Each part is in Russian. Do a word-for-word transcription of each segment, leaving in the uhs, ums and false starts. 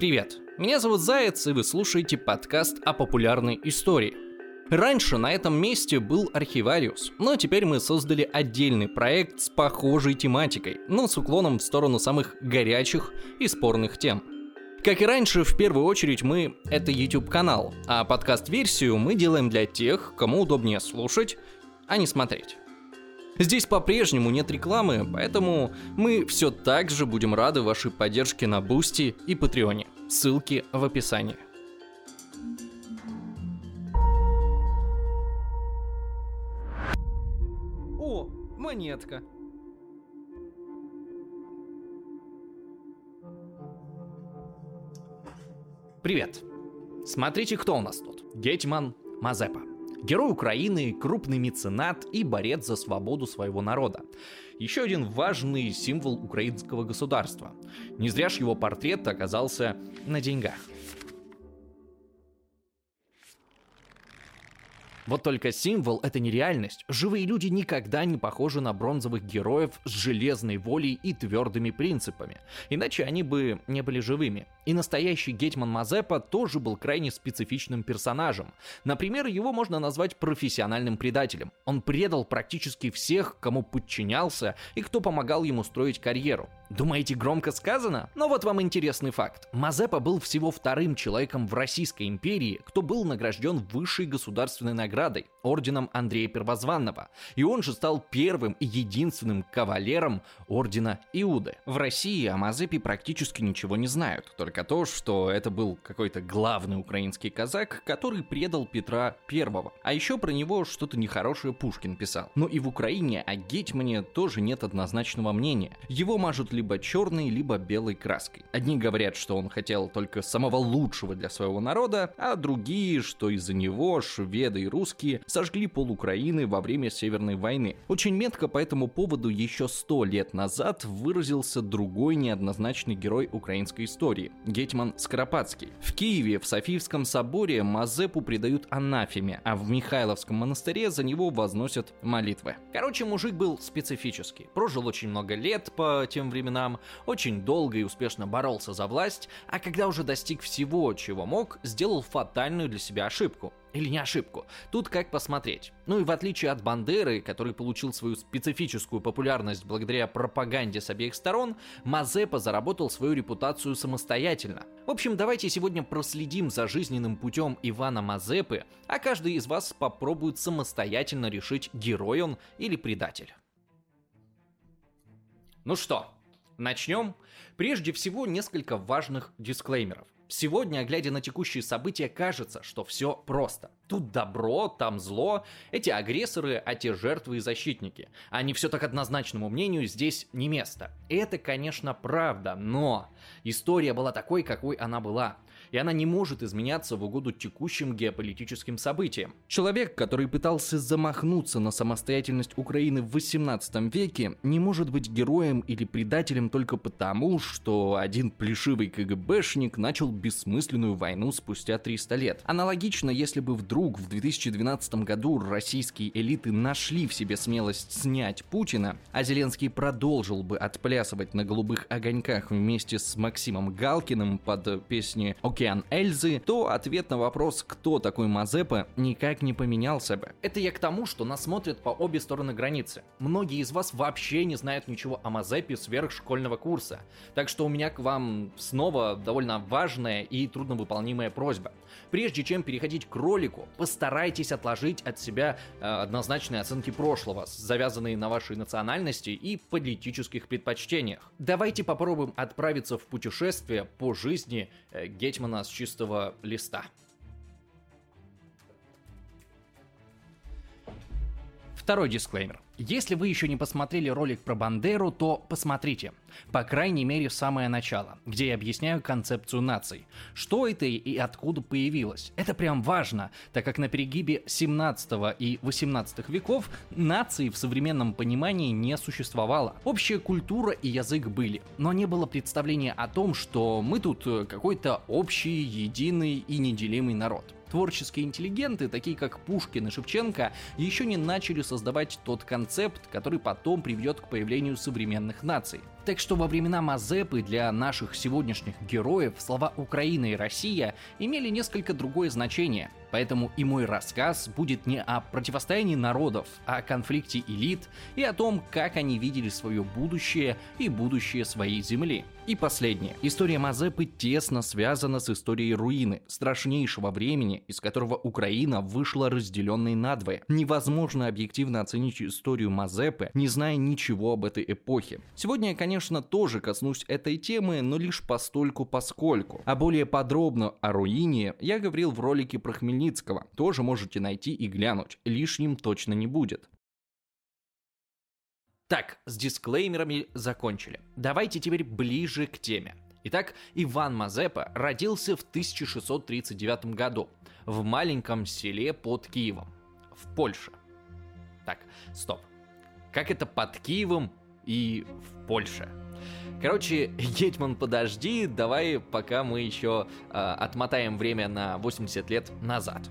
Привет, меня зовут Заяц, и вы слушаете подкаст о популярной истории. Раньше на этом месте был архивариус, но теперь мы создали отдельный проект с похожей тематикой, но с уклоном в сторону самых горячих и спорных тем. Как и раньше, в первую очередь мы — это YouTube-канал, а подкаст-версию мы делаем для тех, кому удобнее слушать, а не смотреть. Здесь по-прежнему нет рекламы, поэтому мы все так же будем рады вашей поддержке на Бусти и Патреоне. Ссылки в описании. О, монетка. Привет. Смотрите, кто у нас тут. Гетьман Мазепа. Герой Украины, крупный меценат и борец за свободу своего народа. Еще один важный символ украинского государства. Не зря ж его портрет оказался на деньгах. Вот только символ — это не реальность. Живые люди никогда не похожи на бронзовых героев с железной волей и твердыми принципами. Иначе они бы не были живыми. И настоящий Гетьман Мазепа тоже был крайне специфичным персонажем. Например, его можно назвать профессиональным предателем. Он предал практически всех, кому подчинялся и кто помогал ему строить карьеру. Думаете, громко сказано? Но вот вам интересный факт. Мазепа был всего вторым человеком в Российской империи, кто был награжден высшей государственной наградой — орденом Андрея Первозванного. И он же стал первым и единственным кавалером ордена Иуды. В России о Мазепе практически ничего не знают, только то, что это был какой-то главный украинский казак, который предал Петра Первого. А еще про него что-то нехорошее Пушкин писал. Но и в Украине о Гетьмане тоже нет однозначного мнения. Его мажут либо черной, либо белой краской. Одни говорят, что он хотел только самого лучшего для своего народа, а другие, что из-за него шведы и русские сожгли пол Украины во время Северной войны. Очень метко по этому поводу еще сто лет назад выразился другой неоднозначный герой украинской истории — Гетьман Скоропадский. В Киеве в Софийском соборе Мазепу предают анафеме, а в Михайловском монастыре за него возносят молитвы. Короче, мужик был специфический. Прожил очень много лет по тем временам, очень долго и успешно боролся за власть, а когда уже достиг всего, чего мог, сделал фатальную для себя ошибку. Или не ошибку. Тут как посмотреть. Ну и в отличие от Бандеры, который получил свою специфическую популярность благодаря пропаганде с обеих сторон, Мазепа заработал свою репутацию самостоятельно. В общем, давайте сегодня проследим за жизненным путем Ивана Мазепы, а каждый из вас попробует самостоятельно решить, герой он или предатель. Ну что, начнем? Прежде всего, несколько важных дисклеймеров. Сегодня, глядя на текущие события, кажется, что все просто. Тут добро, там зло, эти агрессоры, а те жертвы и защитники. А не все так однозначному мнению здесь не место. И это, конечно, правда, но история была такой, какой она была. И она не может изменяться в угоду текущим геополитическим событиям. Человек, который пытался замахнуться на самостоятельность Украины в восемнадцатом веке, не может быть героем или предателем только потому, что один плешивый КГБшник начал бессмысленную войну спустя триста лет. Аналогично, если бы вдруг в две тысячи двенадцатом году российские элиты нашли в себе смелость снять Путина, а Зеленский продолжил бы отплясывать на голубых огоньках вместе с Максимом Галкиным под песни «Океан Эльзы», то ответ на вопрос, кто такой Мазепа, никак не поменялся бы. Это я к тому, что нас смотрят по обе стороны границы. Многие из вас вообще не знают ничего о Мазепе сверх школьного курса. Так что у меня к вам снова довольно важная и трудновыполнимая просьба. Прежде чем переходить к ролику, постарайтесь отложить от себя э, однозначные оценки прошлого, завязанные на вашей национальности и политических предпочтениях. Давайте попробуем отправиться в путешествие по жизни э, Гетьмана с чистого листа. Второй дисклеймер. Если вы еще не посмотрели ролик про Бандеру, то посмотрите. По крайней мере, самое начало, где я объясняю концепцию наций. Что это и откуда появилось. Это прям важно, так как на перегибе семнадцатого и восемнадцатого веков нации в современном понимании не существовало. Общая культура и язык были, но не было представления о том, что мы тут какой-то общий, единый и неделимый народ. Творческие интеллигенты, такие как Пушкин и Шевченко, еще не начали создавать тот концепт, который потом приведет к появлению современных наций. Так что во времена Мазепы для наших сегодняшних героев слова «Украина» и «Россия» имели несколько другое значение. Поэтому и мой рассказ будет не о противостоянии народов, а о конфликте элит и о том, как они видели свое будущее и будущее своей земли. И последнее. История Мазепы тесно связана с историей руины, страшнейшего времени, из которого Украина вышла разделенной надвое. Невозможно объективно оценить историю Мазепы, не зная ничего об этой эпохе. Сегодня я, конечно, тоже коснусь этой темы, но лишь постольку-поскольку. А более подробно о руине я говорил в ролике про Хмельницкого. Тоже можете найти и глянуть, лишним точно не будет. Так, с дисклеймерами закончили. Давайте теперь ближе к теме. Итак, Иван Мазепа родился в тысяча шестьсот тридцать девятом году в маленьком селе под Киевом, в Польше. Так, стоп. Как это под Киевом и в Польше? Короче, Гетьман, подожди, давай пока мы еще э, отмотаем время на восемьдесят лет назад.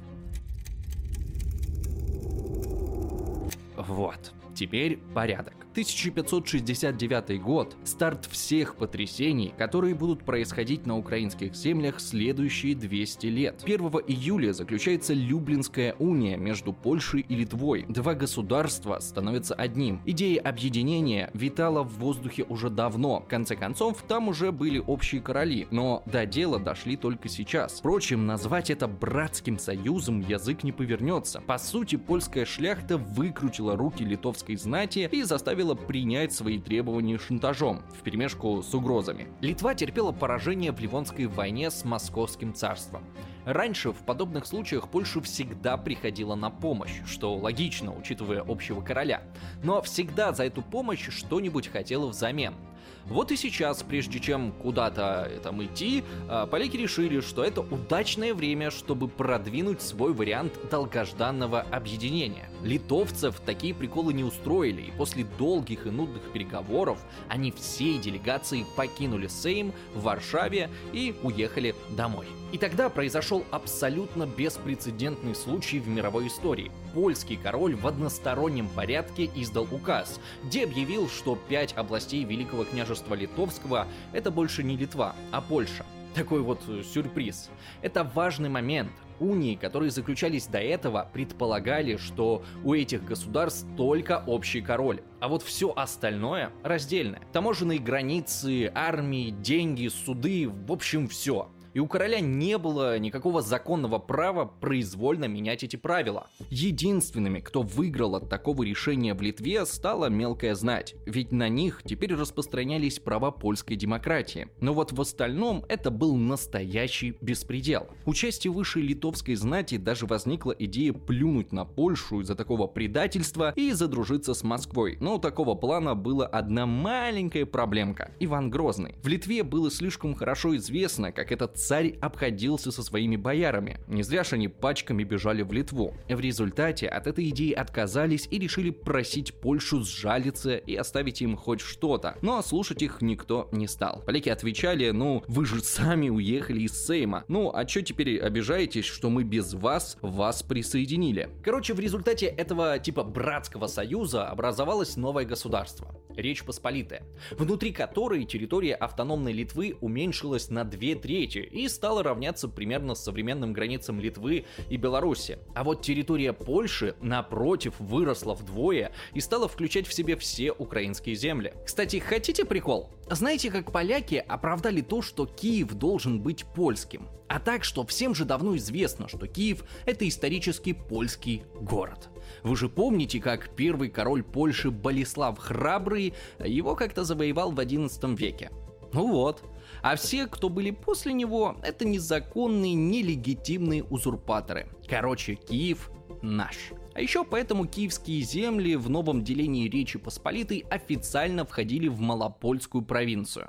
Вот, теперь порядок. тысяча пятьсот шестьдесят девятый год – старт всех потрясений, которые будут происходить на украинских землях следующие двести лет. первого июля заключается Люблинская уния между Польшей и Литвой. Два государства становятся одним. Идея объединения витала в воздухе уже давно. В конце концов, там уже были общие короли, но до дела дошли только сейчас. Впрочем, назвать это братским союзом язык не повернется. По сути, польская шляхта выкрутила руки литовской знати и заставила принять свои требования шантажом, вперемешку с угрозами. Литва терпела поражение в Ливонской войне с Московским царством. Раньше в подобных случаях Польша всегда приходила на помощь, что логично, учитывая общего короля, но всегда за эту помощь что-нибудь хотела взамен. Вот и сейчас, прежде чем куда-то там идти, поляки решили, что это удачное время, чтобы продвинуть свой вариант долгожданного объединения. Литовцев такие приколы не устроили, и после долгих и нудных переговоров они всей делегацией покинули Сейм в Варшаве и уехали домой. И тогда произошел абсолютно беспрецедентный случай в мировой истории. Польский король в одностороннем порядке издал указ, где объявил, что пять областей Великого княжества Литовского — это больше не Литва, а Польша. Такой вот сюрприз. Это важный момент. Унии, которые заключались до этого, предполагали, что у этих государств только общий король, а вот все остальное раздельное. Таможенные границы, армии, деньги, суды, в общем все. И у короля не было никакого законного права произвольно менять эти правила. Единственными, кто выиграл от такого решения в Литве, стала мелкая знать, ведь на них теперь распространялись права польской демократии. Но вот в остальном это был настоящий беспредел. У части высшей литовской знати даже возникла идея плюнуть на Польшу из-за такого предательства и задружиться с Москвой. Но у такого плана была одна маленькая проблемка – Иван Грозный. В Литве было слишком хорошо известно, как этот царь обходился со своими боярами. Не зря же они пачками бежали в Литву. В результате от этой идеи отказались и решили просить Польшу сжалиться и оставить им хоть что-то. Но слушать их никто не стал. Поляки отвечали: ну, вы же сами уехали из Сейма. Ну, а чё теперь обижаетесь, что мы без вас вас присоединили? Короче, в результате этого типа братского союза образовалось новое государство – Речь Посполитая, внутри которой территория автономной Литвы уменьшилась на две трети и стала равняться примерно с современным границам Литвы и Беларуси. А вот территория Польши, напротив, выросла вдвое и стала включать в себе все украинские земли. Кстати, хотите прикол? Знаете, как поляки оправдали то, что Киев должен быть польским? А так, что всем же давно известно, что Киев — это исторически польский город. Вы же помните, как первый король Польши Болеслав Храбрый его как-то завоевал в одиннадцатом веке? Ну вот. А все, кто были после него, это незаконные, нелегитимные узурпаторы. Короче, Киев наш. А еще поэтому киевские земли в новом делении Речи Посполитой официально входили в Малопольскую провинцию.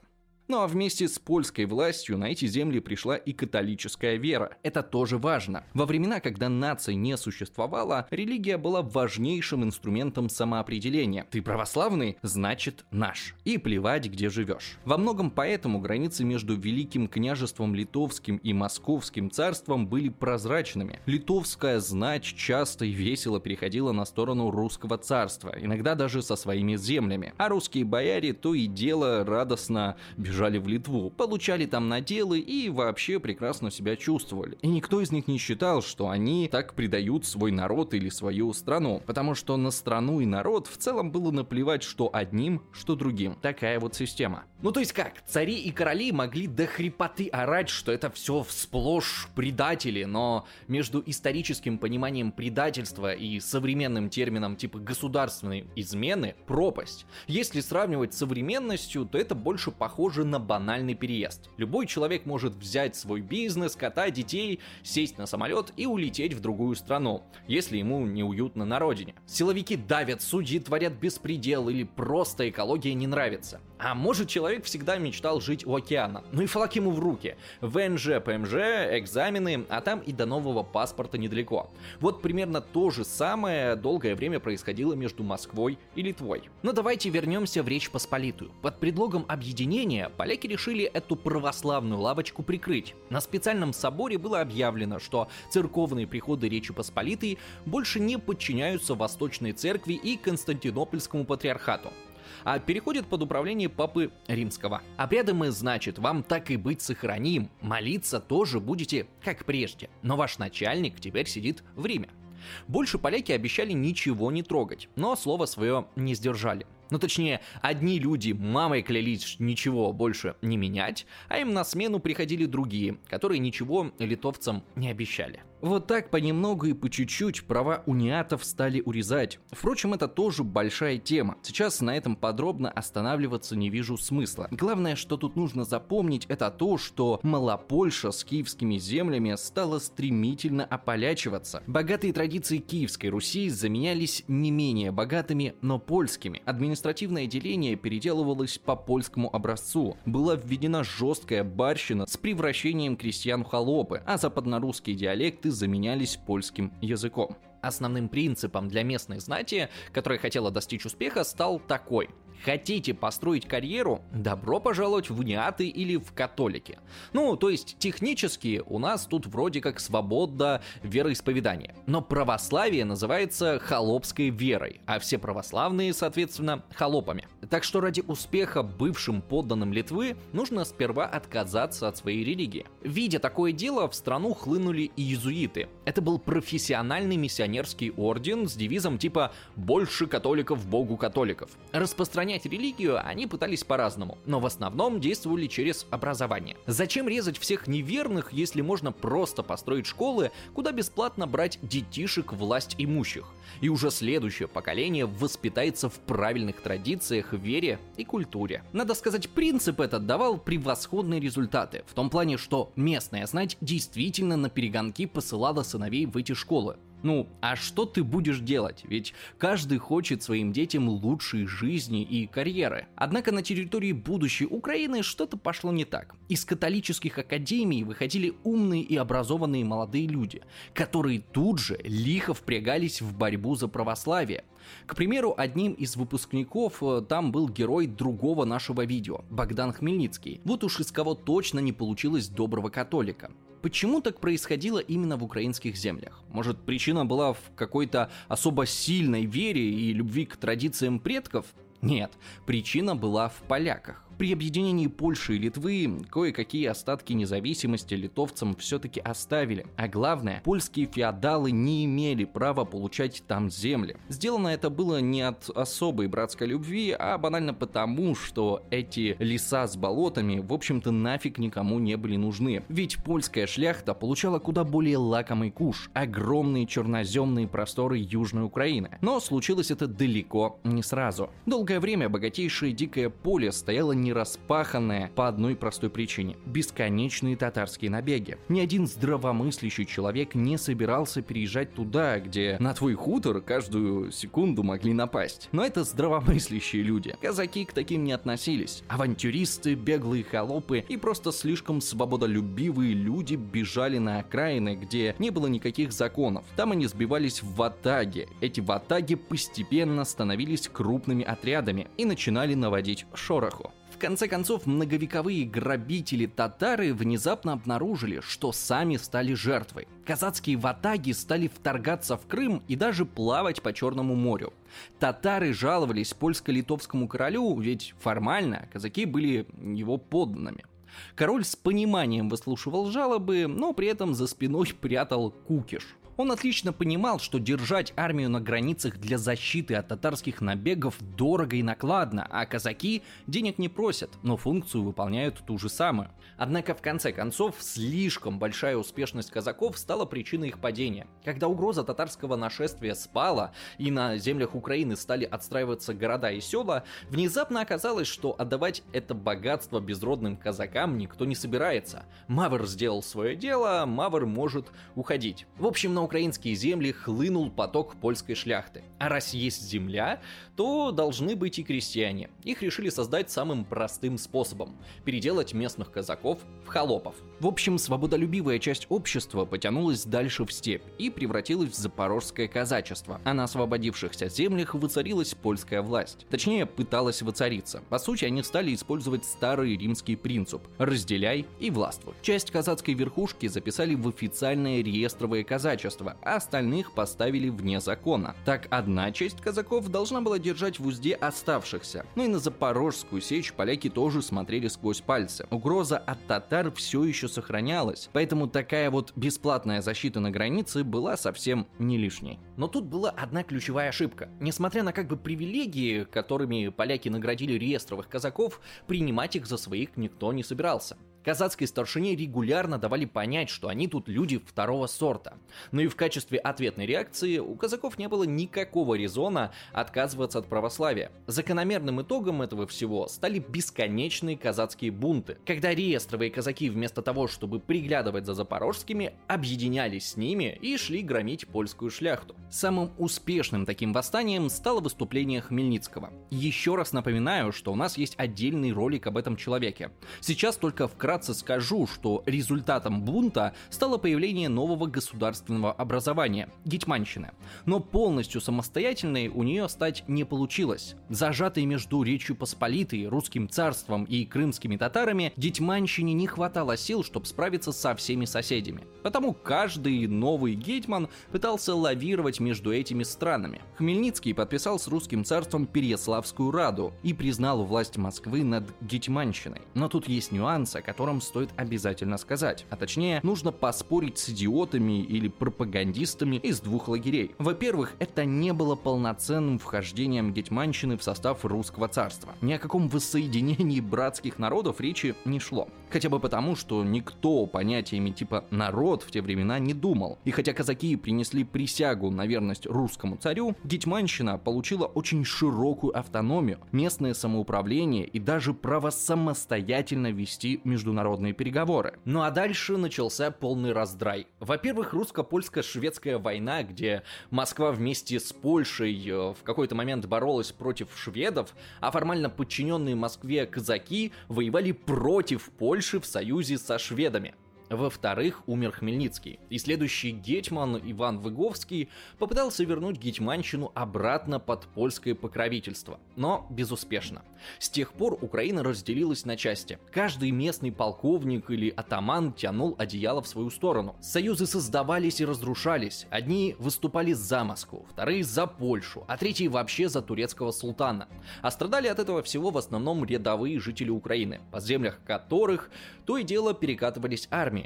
Ну а вместе с польской властью на эти земли пришла и католическая вера. Это тоже важно. Во времена, когда нации не существовало, религия была важнейшим инструментом самоопределения. Ты православный, значит наш. И плевать, где живешь. Во многом поэтому границы между Великим княжеством Литовским и Московским царством были прозрачными. Литовская знать часто и весело переходила на сторону русского царства, иногда даже со своими землями. А русские бояре то и дело радостно бежали в Литву, получали там наделы и вообще прекрасно себя чувствовали. И никто из них не считал, что они так предают свой народ или свою страну, потому что на страну и народ в целом было наплевать что одним, что другим. Такая вот система. Ну то есть как, цари и короли могли до хрипоты орать, что это все всплошь предатели, но между историческим пониманием предательства и современным термином типа государственной измены пропасть. Если сравнивать с современностью, то это больше похоже на банальный переезд. Любой человек может взять свой бизнес, кота, детей, сесть на самолет и улететь в другую страну, если ему неуютно на родине. Силовики давят, судьи творят беспредел или просто экология не нравится. А может, человек всегда мечтал жить у океана. Ну и флаг ему в руки. ВНЖ, ПМЖ, экзамены, а там и до нового паспорта недалеко. Вот примерно то же самое долгое время происходило между Москвой и Литвой. Но давайте вернемся в Речь Посполитую. Под предлогом объединения поляки решили эту православную лавочку прикрыть. На специальном соборе было объявлено, что церковные приходы Речи Посполитой больше не подчиняются Восточной Церкви и Константинопольскому патриархату, а переходит под управление Папы Римского. Обряды мы, значит, вам так и быть сохраним, молиться тоже будете как прежде, но ваш начальник теперь сидит в Риме. Больше поляки обещали ничего не трогать, но слово свое не сдержали. Ну точнее, одни люди мамой клялись ничего больше не менять, а им на смену приходили другие, которые ничего литовцам не обещали. Вот так понемногу и по чуть-чуть права униатов стали урезать. Впрочем, это тоже большая тема. Сейчас на этом подробно останавливаться не вижу смысла. Главное, что тут нужно запомнить, это то, что Малопольша с киевскими землями стала стремительно ополячиваться. Богатые традиции Киевской Руси заменялись не менее богатыми, но польскими. Административное деление переделывалось по польскому образцу. Была введена жесткая барщина с превращением крестьян в холопы, а западнорусские диалекты заменялись польским языком. Основным принципом для местной знати, которая хотела достичь успеха, стал такой: хотите построить карьеру? Добро пожаловать в униаты или в католики. Ну, то есть технически у нас тут вроде как свобода вероисповедания, но православие называется холопской верой, а все православные, соответственно, холопами. Так что ради успеха бывшим подданным Литвы нужно сперва отказаться от своей религии. Видя такое дело, в страну хлынули и иезуиты. Это был профессиональный миссионерский орден с девизом типа «больше католиков Богу католиков». Распространять религию они пытались по-разному, но в основном действовали через образование. Зачем резать всех неверных, если можно просто построить школы, куда бесплатно брать детишек власть имущих? И уже следующее поколение воспитается в правильных традициях, вере и культуре. Надо сказать, принцип этот давал превосходные результаты, в том плане, что местная знать действительно на перегонки посылала сыновей в эти школы. Ну, а что ты будешь делать? Ведь каждый хочет своим детям лучшей жизни и карьеры. Однако на территории будущей Украины что-то пошло не так. Из католических академий выходили умные и образованные молодые люди, которые тут же лихо впрягались в борьбу за православие. К примеру, одним из выпускников там был герой другого нашего видео, Богдан Хмельницкий. Вот уж из кого точно не получилось доброго католика. Почему так происходило именно в украинских землях? Может, причина была в какой-то особо сильной вере и любви к традициям предков? Нет, причина была в поляках. При объединении Польши и Литвы кое-какие остатки независимости литовцам все-таки оставили. А главное, польские феодалы не имели права получать там земли. Сделано это было не от особой братской любви, а банально потому, что эти леса с болотами, в общем-то, нафиг никому не были нужны. Ведь польская шляхта получала куда более лакомый куш – огромные черноземные просторы Южной Украины. Но случилось это далеко не сразу. Долгое время богатейшее дикое поле стояло не распаханное по одной простой причине – бесконечные татарские набеги. Ни один здравомыслящий человек не собирался переезжать туда, где на твой хутор каждую секунду могли напасть. Но это здравомыслящие люди. Казаки к таким не относились. Авантюристы, беглые холопы и просто слишком свободолюбивые люди бежали на окраины, где не было никаких законов. Там они сбивались в ватаги. Эти ватаги постепенно становились крупными отрядами и начинали наводить шороху. В конце концов, многовековые грабители-татары внезапно обнаружили, что сами стали жертвой. Казацкие ватаги стали вторгаться в Крым и даже плавать по Черному морю. Татары жаловались польско-литовскому королю, ведь формально казаки были его подданными. Король с пониманием выслушивал жалобы, но при этом за спиной прятал кукиш. Он отлично понимал, что держать армию на границах для защиты от татарских набегов дорого и накладно, а казаки денег не просят, но функцию выполняют ту же самую. Однако в конце концов слишком большая успешность казаков стала причиной их падения. Когда угроза татарского нашествия спала и на землях Украины стали отстраиваться города и села, внезапно оказалось, что отдавать это богатство безродным казакам никто не собирается. Мавр сделал свое дело, Мавр может уходить. В общем, на украинские земли хлынул поток польской шляхты. А раз есть земля, то должны быть и крестьяне. Их решили создать самым простым способом – переделать местных казаков в холопов. В общем, свободолюбивая часть общества потянулась дальше в степь и превратилась в запорожское казачество, а на освободившихся землях воцарилась польская власть. Точнее, пыталась воцариться. По сути, они стали использовать старый римский принцип – разделяй и властвуй. Часть казацкой верхушки записали в официальное реестровое казачество, а остальных поставили вне закона. Так, одна часть казаков должна была держать в узде оставшихся. Ну и на Запорожскую сечь поляки тоже смотрели сквозь пальцы. Угроза от татар все еще сохранялась, поэтому такая вот бесплатная защита на границе была совсем не лишней. Но тут была одна ключевая ошибка. Несмотря на как бы привилегии, которыми поляки наградили реестровых казаков, принимать их за своих никто не собирался. Казацкой старшине регулярно давали понять, что они тут люди второго сорта. Но и в качестве ответной реакции у казаков не было никакого резона отказываться от православия. Закономерным итогом этого всего стали бесконечные казацкие бунты, когда реестровые казаки вместо того, чтобы приглядывать за запорожскими, объединялись с ними и шли громить польскую шляхту. Самым успешным таким восстанием стало выступление Хмельницкого. Еще раз напоминаю, что у нас есть отдельный ролик об этом человеке. Сейчас только вкратце скажу, что результатом бунта стало появление нового государственного образования – гетьманщины. Но полностью самостоятельной у нее стать не получилось. Зажатой между Речью Посполитой, Русским царством и крымскими татарами, гетьманщине не хватало сил, чтобы справиться со всеми соседями. Потому каждый новый гетьман пытался лавировать между этими странами. Хмельницкий подписал с Русским царством Переяславскую раду и признал власть Москвы над гетьманщиной. Но тут есть нюансы, которые котором стоит обязательно сказать. А точнее, нужно поспорить с идиотами или пропагандистами из двух лагерей. Во-первых, это не было полноценным вхождением гетьманщины в состав Русского царства. Ни о каком воссоединении братских народов речи не шло. Хотя бы потому, что никто понятиями типа «народ» в те времена не думал. И хотя казаки принесли присягу на верность русскому царю, гетьманщина получила очень широкую автономию, местное самоуправление и даже право самостоятельно вести международные переговоры. Ну а дальше начался полный раздрай. Во-первых, русско-польско-шведская война, где Москва вместе с Польшей в какой-то момент боролась против шведов, а формально подчиненные Москве казаки воевали против Польши в союзе со шведами. Во-вторых, умер Хмельницкий, и следующий гетьман Иван Выговский попытался вернуть гетьманщину обратно под польское покровительство, но безуспешно. С тех пор Украина разделилась на части. Каждый местный полковник или атаман тянул одеяло в свою сторону. Союзы создавались и разрушались. Одни выступали за Москву, вторые за Польшу, а третьи вообще за турецкого султана. А страдали от этого всего в основном рядовые жители Украины, по землях которых то и дело перекатывались армии.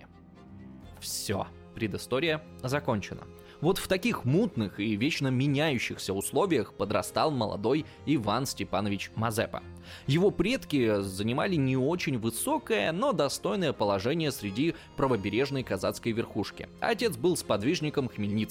Все, предыстория закончена. Вот в таких мутных и вечно меняющихся условиях подрастал молодой Иван Степанович Мазепа. Его предки занимали не очень высокое, но достойное положение среди правобережной казацкой верхушки. Отец был сподвижником Хмельницкого.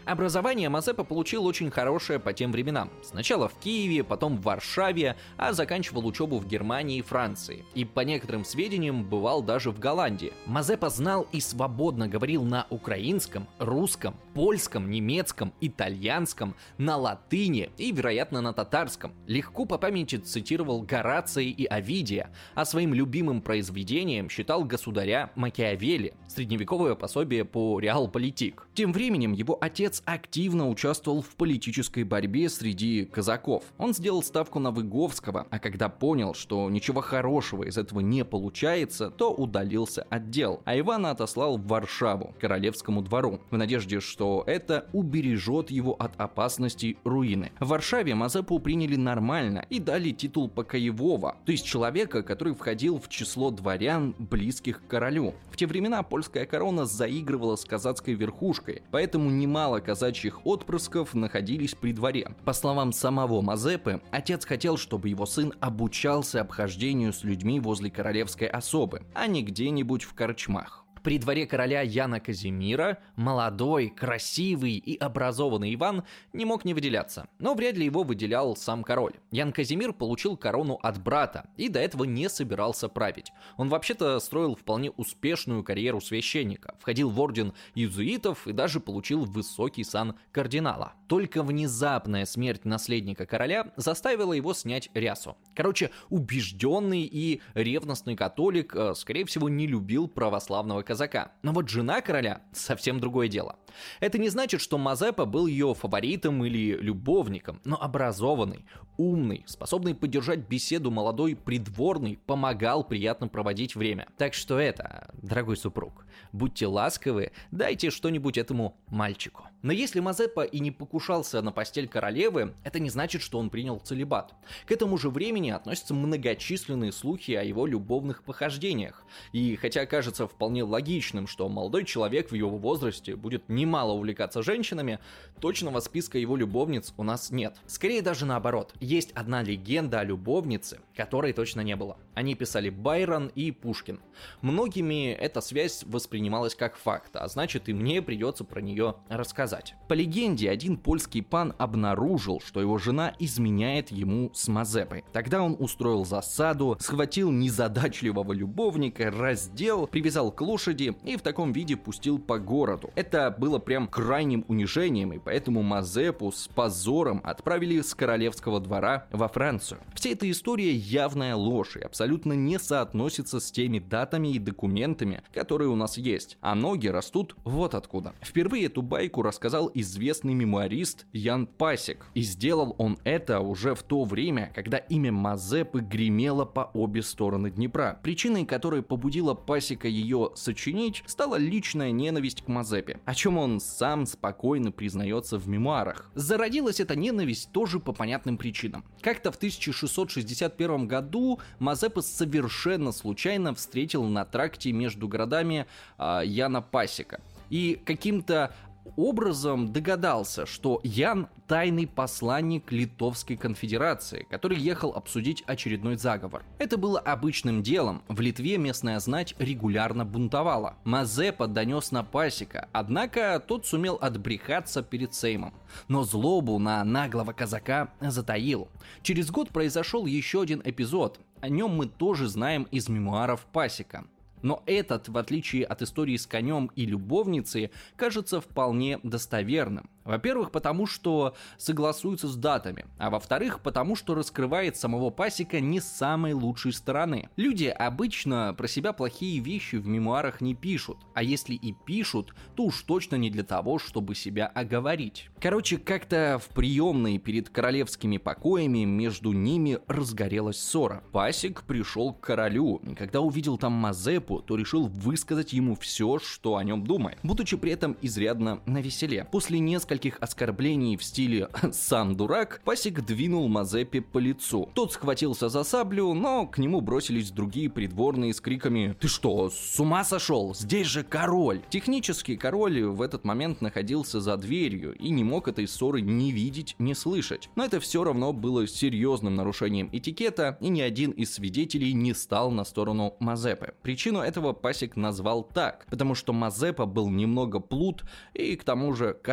Образование Мазепа получил очень хорошее по тем временам. Сначала в Киеве, потом в Варшаве, а заканчивал учебу в Германии и Франции. И по некоторым сведениям бывал даже в Голландии. Мазепа знал и свободно говорил на украинском, русском, польском, немецком, итальянском, на латыни и, вероятно, на татарском. Легко по памяти цитировал Горация и Овидия, а своим любимым произведением считал «Государя» Макиавелли, средневековое пособие по реалполитик. Тем временем его отец активно участвовал в политической борьбе среди казаков. Он сделал ставку на Выговского, а когда понял, что ничего хорошего из этого не получается, то удалился от дел, а Ивана отослал в Варшаву, к королевскому двору, в надежде, что это убережет его от опасности руины. В Варшаве Мазепу приняли нормально и дали титул покоевого, то есть человека, который входил в число дворян, близких к королю. В те времена польская корона заигрывала с казацкой верхушкой, поэтому немало казачьих отпрысков находились при дворе. По словам самого Мазепы, отец хотел, чтобы его сын обучался обхождению с людьми возле королевской особы, а не где-нибудь в корчмах. При дворе короля Яна Казимира молодой, красивый и образованный Иван не мог не выделяться, но вряд ли его выделял сам король. Ян Казимир получил корону от брата и до этого не собирался править. Он вообще-то строил вполне успешную карьеру священника, входил в орден иезуитов и даже получил высокий сан кардинала. Только внезапная смерть наследника короля заставила его снять рясу. Короче, убежденный и ревностный католик, скорее всего, не любил православного казака. казака. Но вот жена короля — совсем другое дело. Это не значит, что Мазепа был ее фаворитом или любовником, но образованный, умный, способный поддержать беседу молодой придворный помогал приятно проводить время. Так что это, дорогой супруг, будьте ласковы, дайте что-нибудь этому мальчику. Но если Мазепа и не покушался на постель королевы, это не значит, что он принял целибат. К этому же времени относятся многочисленные слухи о его любовных похождениях. И хотя кажется вполне логичным, что молодой человек в его возрасте будет немало увлекаться женщинами, точного списка его любовниц у нас нет. Скорее даже наоборот, есть одна легенда о любовнице, которой точно не было. Они писали Байрон и Пушкин. Многими эта связь воспринималась как факт, а значит и мне придется про нее рассказать. По легенде, один польский пан обнаружил, что его жена изменяет ему с Мазепой. Тогда он устроил засаду, схватил незадачливого любовника, раздел, привязал к лошади и в таком виде пустил по городу. Это было прям крайним унижением, и поэтому Мазепу с позором отправили с королевского двора во Францию. Вся эта история явная ложь и абсолютно не соотносится с теми датами и документами, которые у нас есть. А ноги растут вот откуда. Впервые эту байку рассказал известный мемуарист Ян Пасек. И сделал он это уже в то время, когда имя Мазепы гремело по обе стороны Днепра. Причиной, которая побудила Пасека ее сочинить, стала личная ненависть к Мазепе, о чем он сам спокойно признается в мемуарах. Зародилась эта ненависть тоже по понятным причинам. Как-то в тысяча шестьсот шестьдесят первом году Мазепа совершенно случайно встретил на тракте между городами э, Яна Пасека. И каким-то образом догадался, что Ян — тайный посланник Литовской конфедерации, который ехал обсудить очередной заговор. Это было обычным делом. В Литве местная знать регулярно бунтовала. Мазепа донес на Пасека, однако тот сумел отбрехаться перед Сеймом. Но злобу на наглого казака затаил. Через год произошел еще один эпизод. О нем мы тоже знаем из мемуаров Пасека. Но этот, в отличие от истории с конем и любовницей, кажется вполне достоверным. Во-первых, потому что согласуется с датами, а во-вторых, потому что раскрывает самого Пасека не с самой лучшей стороны. Люди обычно про себя плохие вещи в мемуарах не пишут, а если и пишут, то уж точно не для того, чтобы себя оговорить. Короче, как-то в приемной перед королевскими покоями между ними разгорелась ссора. Пасек пришел к королю, и когда увидел там Мазепу, то решил высказать ему все, что о нем думает, будучи при этом изрядно навеселе. После нескольких оскорблений в стиле «сам дурак», Пасек двинул Мазепе по лицу. Тот схватился за саблю, но к нему бросились другие придворные с криками: «Ты что, с ума сошел? Здесь же король!» Технически король в этот момент находился за дверью и не мог этой ссоры ни видеть, ни слышать. Но это все равно было серьезным нарушением этикета, и ни один из свидетелей не стал на сторону Мазепы. Причину этого Пасек назвал так, потому что Мазепа был немного плут и к тому же казак.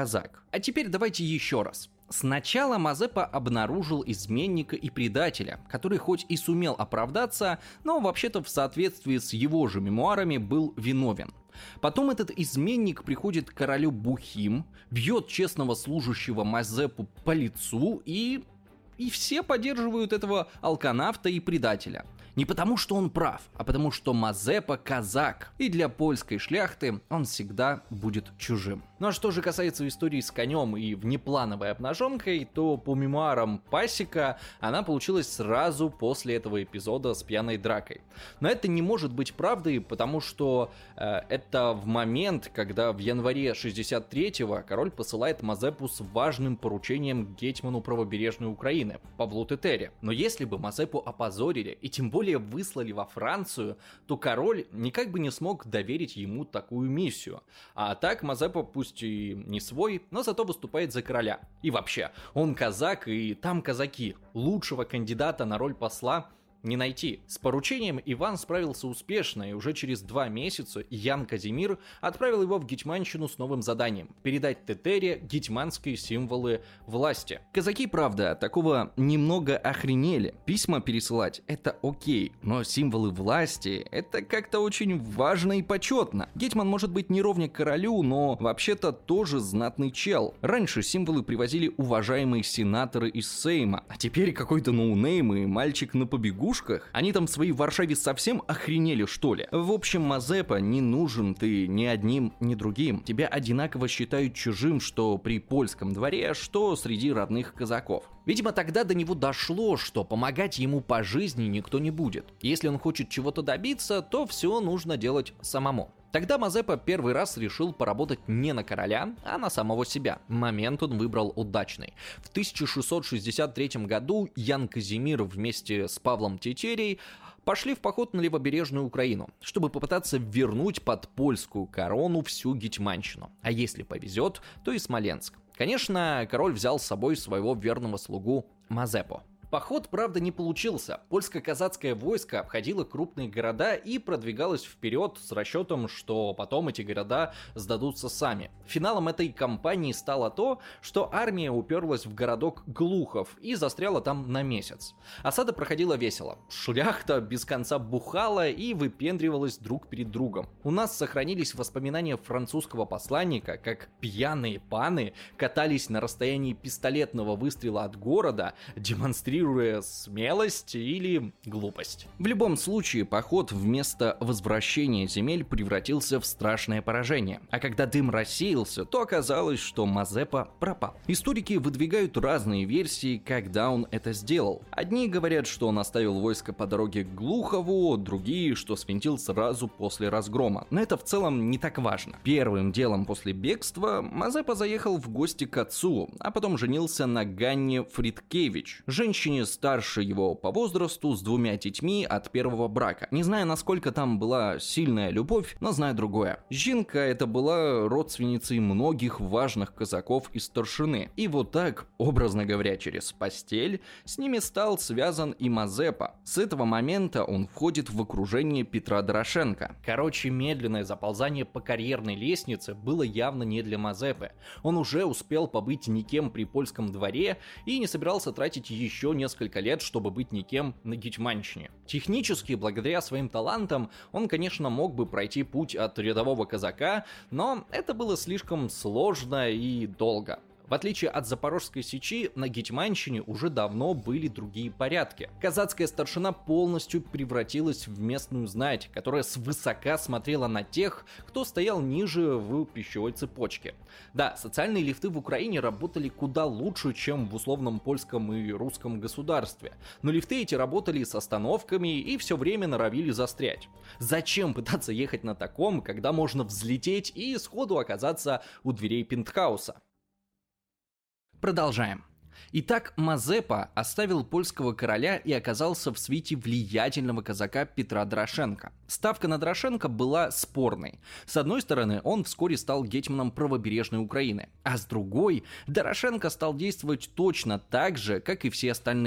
А теперь давайте еще раз. Сначала Мазепа обнаружил изменника и предателя, который хоть и сумел оправдаться, но вообще-то в соответствии с его же мемуарами был виновен. Потом этот изменник приходит к королю Бухим, бьет честного служащего Мазепу по лицу и... И все поддерживают этого алканавта и предателя. Не потому, что он прав, а потому, что Мазепа казак, и для польской шляхты он всегда будет чужим. Ну а что же касается истории с конем и внеплановой обнаженкой, то по мемуарам Пасека она получилась сразу после этого эпизода с пьяной дракой. Но это не может быть правдой, потому что э, это в момент, когда в январе шестьдесят третьего король посылает Мазепу с важным поручением к гетьману правобережной Украины, Павлу Тетере. Но если бы Мазепу опозорили и тем более выслали во Францию, то король никак бы не смог доверить ему такую миссию. А так Мазепа, пусть и не свой, но зато выступает за короля. И вообще, он казак, и там казаки. Лучшего кандидата на роль посла не найти. С поручением Иван справился успешно, и уже через два месяца Ян Казимир отправил его в Гетьманщину с новым заданием – передать Тетере гетьманские символы власти. Казаки, правда, такого немного охренели. Письма пересылать – это окей, но символы власти – это как-то очень важно и почетно. Гетьман может быть не ровня королю, но вообще-то тоже знатный чел. Раньше символы привозили уважаемые сенаторы из Сейма, а теперь какой-то ноунейм и мальчик на побегу. Они там в своей Варшаве совсем охренели, что ли? В общем, Мазепа не нужен ты ни одним, ни другим. Тебя одинаково считают чужим, что при польском дворе, что среди родных казаков. Видимо, тогда до него дошло, что помогать ему по жизни никто не будет. Если он хочет чего-то добиться, то все нужно делать самому. Тогда Мазепа первый раз решил поработать не на короля, а на самого себя. Момент он выбрал удачный. В тысяча шестьсот шестьдесят третьем году Ян Казимир вместе с Павлом Тетерей пошли в поход на левобережную Украину, чтобы попытаться вернуть под польскую корону всю Гетьманщину. А если повезет, то и Смоленск. Конечно, король взял с собой своего верного слугу Мазепу. Поход, правда, не получился. Польско-казацкое войско обходило крупные города и продвигалось вперед с расчетом, что потом эти города сдадутся сами. Финалом этой кампании стало то, что армия уперлась в городок Глухов и застряла там на месяц. Осада проходила весело. Шляхта без конца бухала и выпендривалась друг перед другом. У нас сохранились воспоминания французского посланника, как пьяные паны катались на расстоянии пистолетного выстрела от города, демонстрируя смелость или глупость. В любом случае, поход вместо возвращения земель превратился в страшное поражение. А когда дым рассеялся, то оказалось, что Мазепа пропал. Историки выдвигают разные версии, когда он это сделал. Одни говорят, что он оставил войско по дороге к Глухову, другие, что свинтил сразу после разгрома. Но это в целом не так важно. Первым делом после бегства Мазепа заехал в гости к отцу, а потом женился на Ганне Фридкевич, женщине старше его по возрасту, с двумя детьми от первого брака. Не знаю, насколько там была сильная любовь, но знаю другое. Жинка это была родственницей многих важных казаков и старшины. И вот так, образно говоря, через постель, с ними стал связан и Мазепа. С этого момента он входит в окружение Петра Дорошенко. Короче, медленное заползание по карьерной лестнице было явно не для Мазепы. Он уже успел побыть никем при польском дворе и не собирался тратить еще несколько лет, чтобы быть никем на Гетьманщине. Технически, благодаря своим талантам, он, конечно, мог бы пройти путь от рядового казака, но это было слишком сложно и долго. В отличие от Запорожской сечи, на Гетьманщине уже давно были другие порядки. Казацкая старшина полностью превратилась в местную знать, которая свысока смотрела на тех, кто стоял ниже в пищевой цепочке. Да, социальные лифты в Украине работали куда лучше, чем в условном польском и русском государстве. Но лифты эти работали с остановками и все время норовили застрять. Зачем пытаться ехать на таком, когда можно взлететь и сходу оказаться у дверей пентхауса? Продолжаем. Итак, Мазепа оставил польского короля и оказался в свите влиятельного казака Петра Дорошенко. Ставка на Дорошенко была спорной. С одной стороны, он вскоре стал гетьманом правобережной Украины, а с другой, Дорошенко стал действовать точно так же, как и все остальные.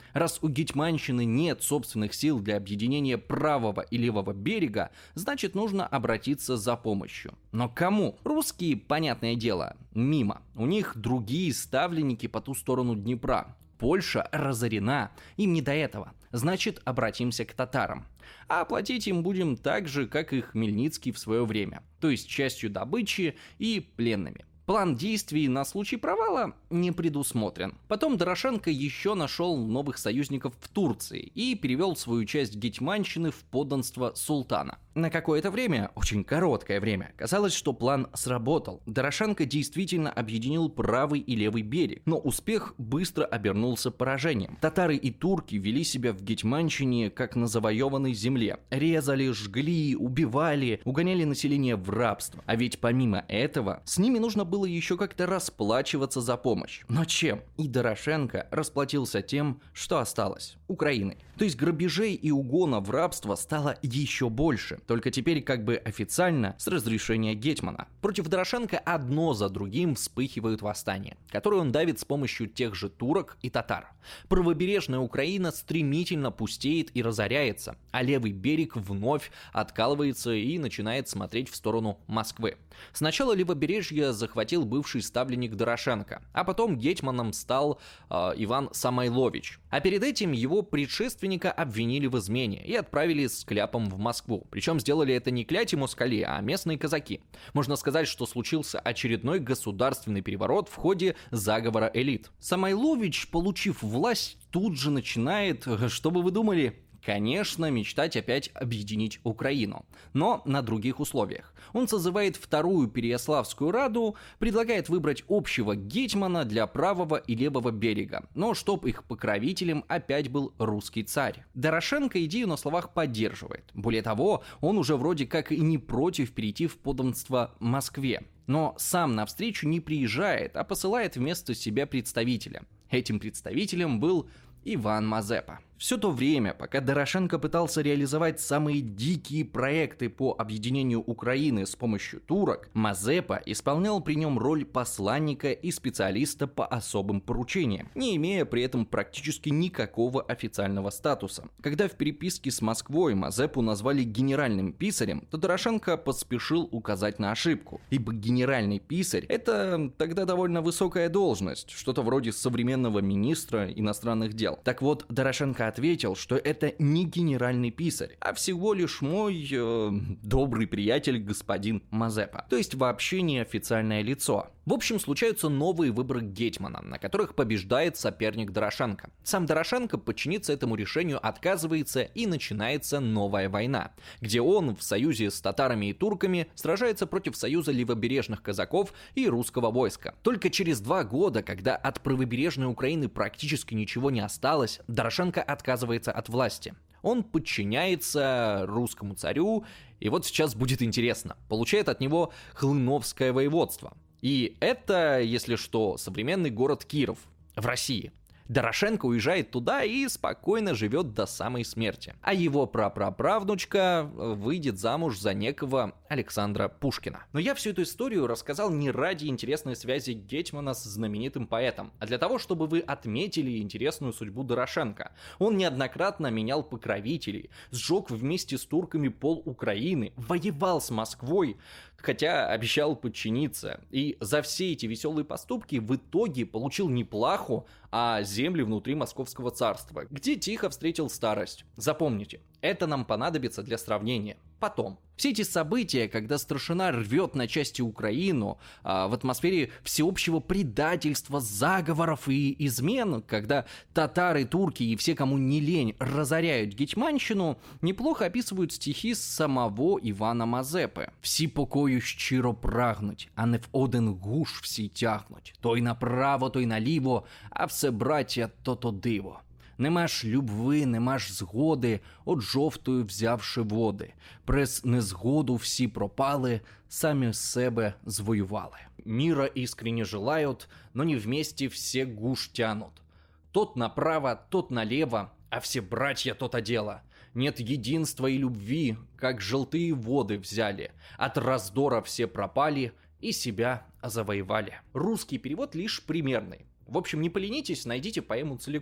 Раз у гетьманщины нет собственных сил для объединения правого и левого берега, значит нужно обратиться за помощью. Но к кому? Русские, понятное дело, мимо. У них другие ставленники по ту сторону Днепра. Польша разорена, им не до этого. Значит, обратимся к татарам. А платить им будем так же, как и Хмельницкий в свое время, то есть частью добычи и пленными. План действий на случай провала не предусмотрен. Потом Дорошенко еще нашел новых союзников в Турции и перевел свою часть гетьманщины в подданство султана. На какое-то время, очень короткое время, казалось, что план сработал. Дорошенко действительно объединил правый и левый берег, но успех быстро обернулся поражением. Татары и турки вели себя в гетьманщине как на завоеванной земле. Резали, жгли, убивали, угоняли население в рабство. А ведь помимо этого, с ними нужно было еще как-то расплачиваться за помощь. Но чем? И Дорошенко расплатился тем, что осталось – Украиной. То есть грабежей и угона в рабство стало еще больше. Только теперь как бы официально с разрешения гетьмана. Против Дорошенко одно за другим вспыхивают восстания, которые он давит с помощью тех же турок и татар. Правобережная Украина стремительно пустеет и разоряется, а левый берег вновь откалывается и начинает смотреть в сторону Москвы. Сначала левобережье захватил бывший ставленник Дорошенко, а потом гетьманом стал э, Иван Самойлович. А перед этим его предшественника обвинили в измене и отправили с кляпом в Москву. Причем сделали это не кляти москали, а местные казаки. Можно сказать, что случился очередной государственный переворот в ходе заговора элит. Самойлович, получив власть, тут же начинает, что бы вы думали? Конечно, мечтать опять объединить Украину, но на других условиях. Он созывает вторую Переяславскую раду, предлагает выбрать общего гетьмана для правого и левого берега, но чтоб их покровителем опять был русский царь. Дорошенко идею на словах поддерживает. Более того, он уже вроде как и не против перейти в подданство Москве. Но сам навстречу не приезжает, а посылает вместо себя представителя. Этим представителем был Иван Мазепа. Все то время, пока Дорошенко пытался реализовать самые дикие проекты по объединению Украины с помощью турок, Мазепа исполнял при нем роль посланника и специалиста по особым поручениям, не имея при этом практически никакого официального статуса. Когда в переписке с Москвой Мазепу назвали генеральным писарем, то Дорошенко поспешил указать на ошибку, ибо генеральный писарь – это тогда довольно высокая должность, что-то вроде современного министра иностранных дел. Так вот, Дорошенко ответил, что это не генеральный писарь, а всего лишь мой э, добрый приятель господин Мазепа. То есть вообще не официальное лицо. В общем, случаются новые выборы гетьмана, на которых побеждает соперник Дорошенко. Сам Дорошенко подчиниться этому решению отказывается, и начинается новая война, где он в союзе с татарами и турками сражается против союза левобережных казаков и русского войска. Только через два года, когда от правобережной Украины практически ничего не осталось, Дорошенко отказывается от власти. Он подчиняется русскому царю, и вот сейчас будет интересно, получает от него Хлыновское воеводство. И это, если что, современный город Киров в России. Дорошенко уезжает туда и спокойно живет до самой смерти. А его прапраправнучка выйдет замуж за некого Александра Пушкина. Но я всю эту историю рассказал не ради интересной связи гетьмана с знаменитым поэтом, а для того, чтобы вы отметили интересную судьбу Дорошенко. Он неоднократно менял покровителей, сжег вместе с турками пол Украины, воевал с Москвой, хотя обещал подчиниться. И за все эти веселые поступки в итоге получил не плаху, а земли внутри Московского царства, где тихо встретил старость. Запомните, это нам понадобится для сравнения потом. Все эти события, когда старшина рвет на части Украину, а в атмосфере всеобщего предательства, заговоров и измен, когда татары, турки и все, кому не лень, разоряют гетьманщину, неплохо описывают стихи самого Ивана Мазепи. «Всі покою щиро прагнуть, а не в один гуш всі тягнуть. Той направо, той наліво, а все, браття, то-то диво. Нема ж любви, нема ж згоди, от жовтою взявши води. През незгоду всі пропали, самі себе звоювали. Мира искренне желают, но не вместе все гуш тянут. Тот направо, тот налево, а все братья то-то дело. Нет единства и любви, как желтые воды взяли. От раздора все пропали и себя завоевали». Русский перевод лишь примерный. В общем, не поленитесь, найдите поэму целиком.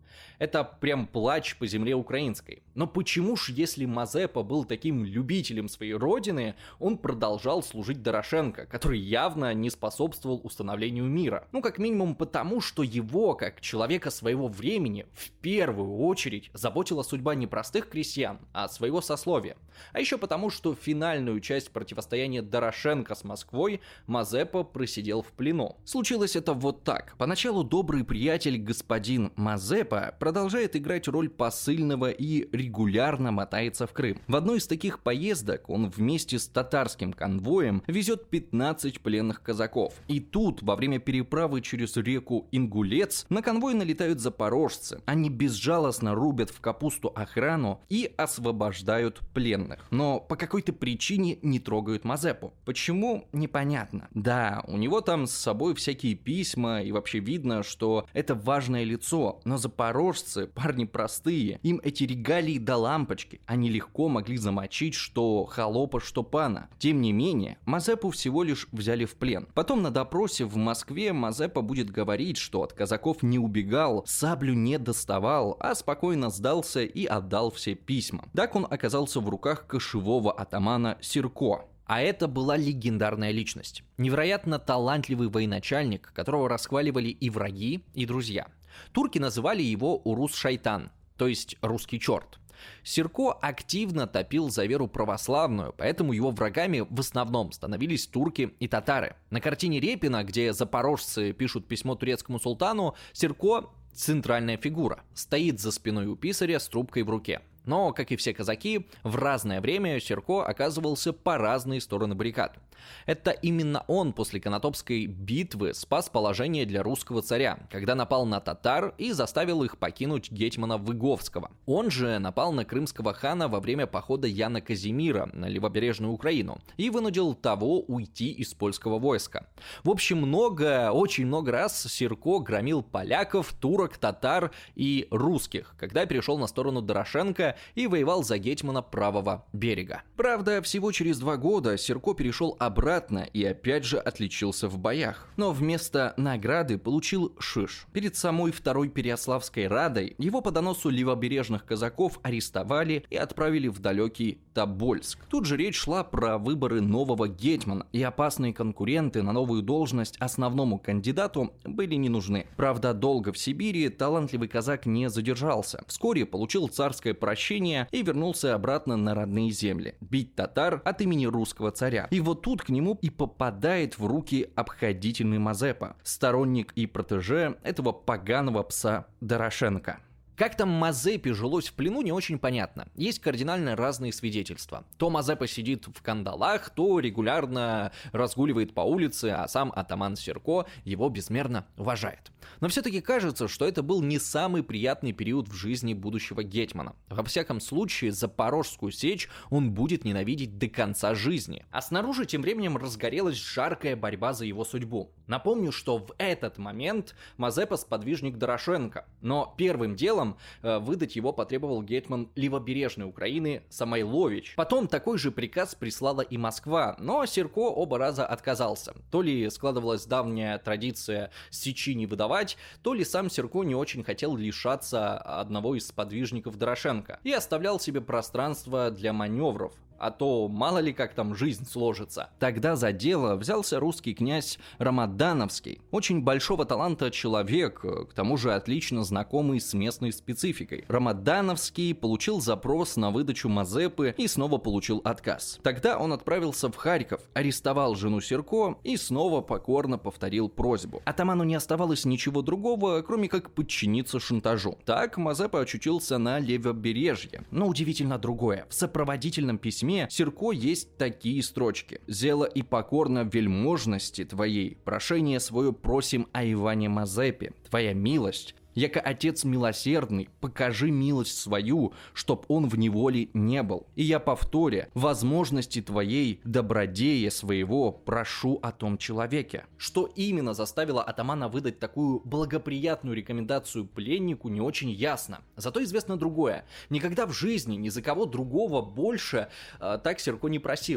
Это прям плач по земле украинской. Но почему ж, если Мазепа был таким любителем своей родины, он продолжал служить Дорошенко, который явно не способствовал установлению мира? Ну, как минимум потому, что его, как человека своего времени, в первую очередь заботила судьба не простых крестьян, а своего сословия. А еще потому, что финальную часть противостояния Дорошенко с Москвой Мазепа просидел в плену. Случилось это вот так. Поначалу добрый приятель господин Мазепа продолжает играть роль посыльного и регулярно мотается в Крым. В одной из таких поездок он вместе с татарским конвоем везет пятнадцать пленных казаков. И тут, во время переправы через реку Ингулец, на конвой налетают запорожцы. Они безжалостно рубят в капусту охрану и освобождают пленных. Но по какой-то причине не трогают Мазепу. Почему? Непонятно. Да, у него там с собой всякие письма, и вообще видно, что это важное лицо, но запорожцы парни простые, им эти регалии до лампочки, они легко могли замочить что холопа, что пана. Тем не менее, Мазепу всего лишь взяли в плен. Потом на допросе в Москве Мазепа будет говорить, что от казаков не убегал, саблю не доставал, а спокойно сдался и отдал все письма. Так он оказался в руках кошевого атамана Сирко. А это была легендарная личность. Невероятно талантливый военачальник, которого расхваливали и враги, и друзья. Турки называли его Урус-Шайтан, то есть русский черт. Сирко активно топил за веру православную, поэтому его врагами в основном становились турки и татары. На картине Репина, где запорожцы пишут письмо турецкому султану, Сирко – центральная фигура, стоит за спиной у писаря с трубкой в руке. Но, как и все казаки, в разное время Сирко оказывался по разные стороны баррикад. Это именно он после Конотопской битвы спас положение для русского царя, когда напал на татар и заставил их покинуть гетьмана Выговского. Он же напал на крымского хана во время похода Яна Казимира на левобережную Украину и вынудил того уйти из польского войска. В общем, много, очень много раз Сирко громил поляков, турок, татар и русских, когда перешел на сторону Дорошенко и воевал за гетьмана правого берега. Правда, всего через два года Сирко перешел обратно и опять же отличился в боях. Но вместо награды получил шиш. Перед самой Второй Переяславской Радой его по доносу левобережных казаков арестовали и отправили в далекий Тобольск. Тут же речь шла про выборы нового гетьмана, и опасные конкуренты на новую должность основному кандидату были не нужны. Правда, долго в Сибири талантливый казак не задержался. Вскоре получил царское прощение и вернулся обратно на родные земли, бить татар от имени русского царя. И вот тут к нему и попадает в руки обходительный Мазепа, сторонник и протеже этого поганого пса Дорошенко. Как там Мазепе жилось в плену, не очень понятно. Есть кардинально разные свидетельства. То Мазепа сидит в кандалах, то регулярно разгуливает по улице, а сам атаман Сирко его безмерно уважает. Но все-таки кажется, что это был не самый приятный период в жизни будущего гетьмана. Во всяком случае, Запорожскую сечь он будет ненавидеть до конца жизни. А снаружи тем временем разгорелась жаркая борьба за его судьбу. Напомню, что в этот момент Мазепа сподвижник Дорошенко, но первым делом выдать его потребовал гетман левобережной Украины Самойлович. Потом такой же приказ прислала и Москва, но Сирко оба раза отказался. То ли складывалась давняя традиция сечи не выдавать, то ли сам Сирко не очень хотел лишаться одного из сподвижников Дорошенко и оставлял себе пространство для маневров. А то мало ли как там жизнь сложится. Тогда за дело взялся русский князь Рамадановский. Очень большого таланта человек, к тому же отлично знакомый с местной спецификой. Рамадановский получил запрос на выдачу Мазепы и снова получил отказ. Тогда он отправился в Харьков, арестовал жену Сирко и снова покорно повторил просьбу. Атаману не оставалось ничего другого, кроме как подчиниться шантажу. Так Мазепа очутился на левобережье. Но удивительно другое. В сопроводительном письме Сирко есть такие строчки: «Зело и покорно вельможности твоей, прошение свое просим о Иване Мазепе, твоя милость, яко отец милосердный, покажи милость свою, чтоб он в неволе не был. И я повторя, возможности твоей, добродея своего, прошу о том человеке». Что именно заставило атамана выдать такую благоприятную рекомендацию пленнику, не очень ясно. Зато известно другое. Никогда в жизни ни за кого другого больше э, так Сирко не просил.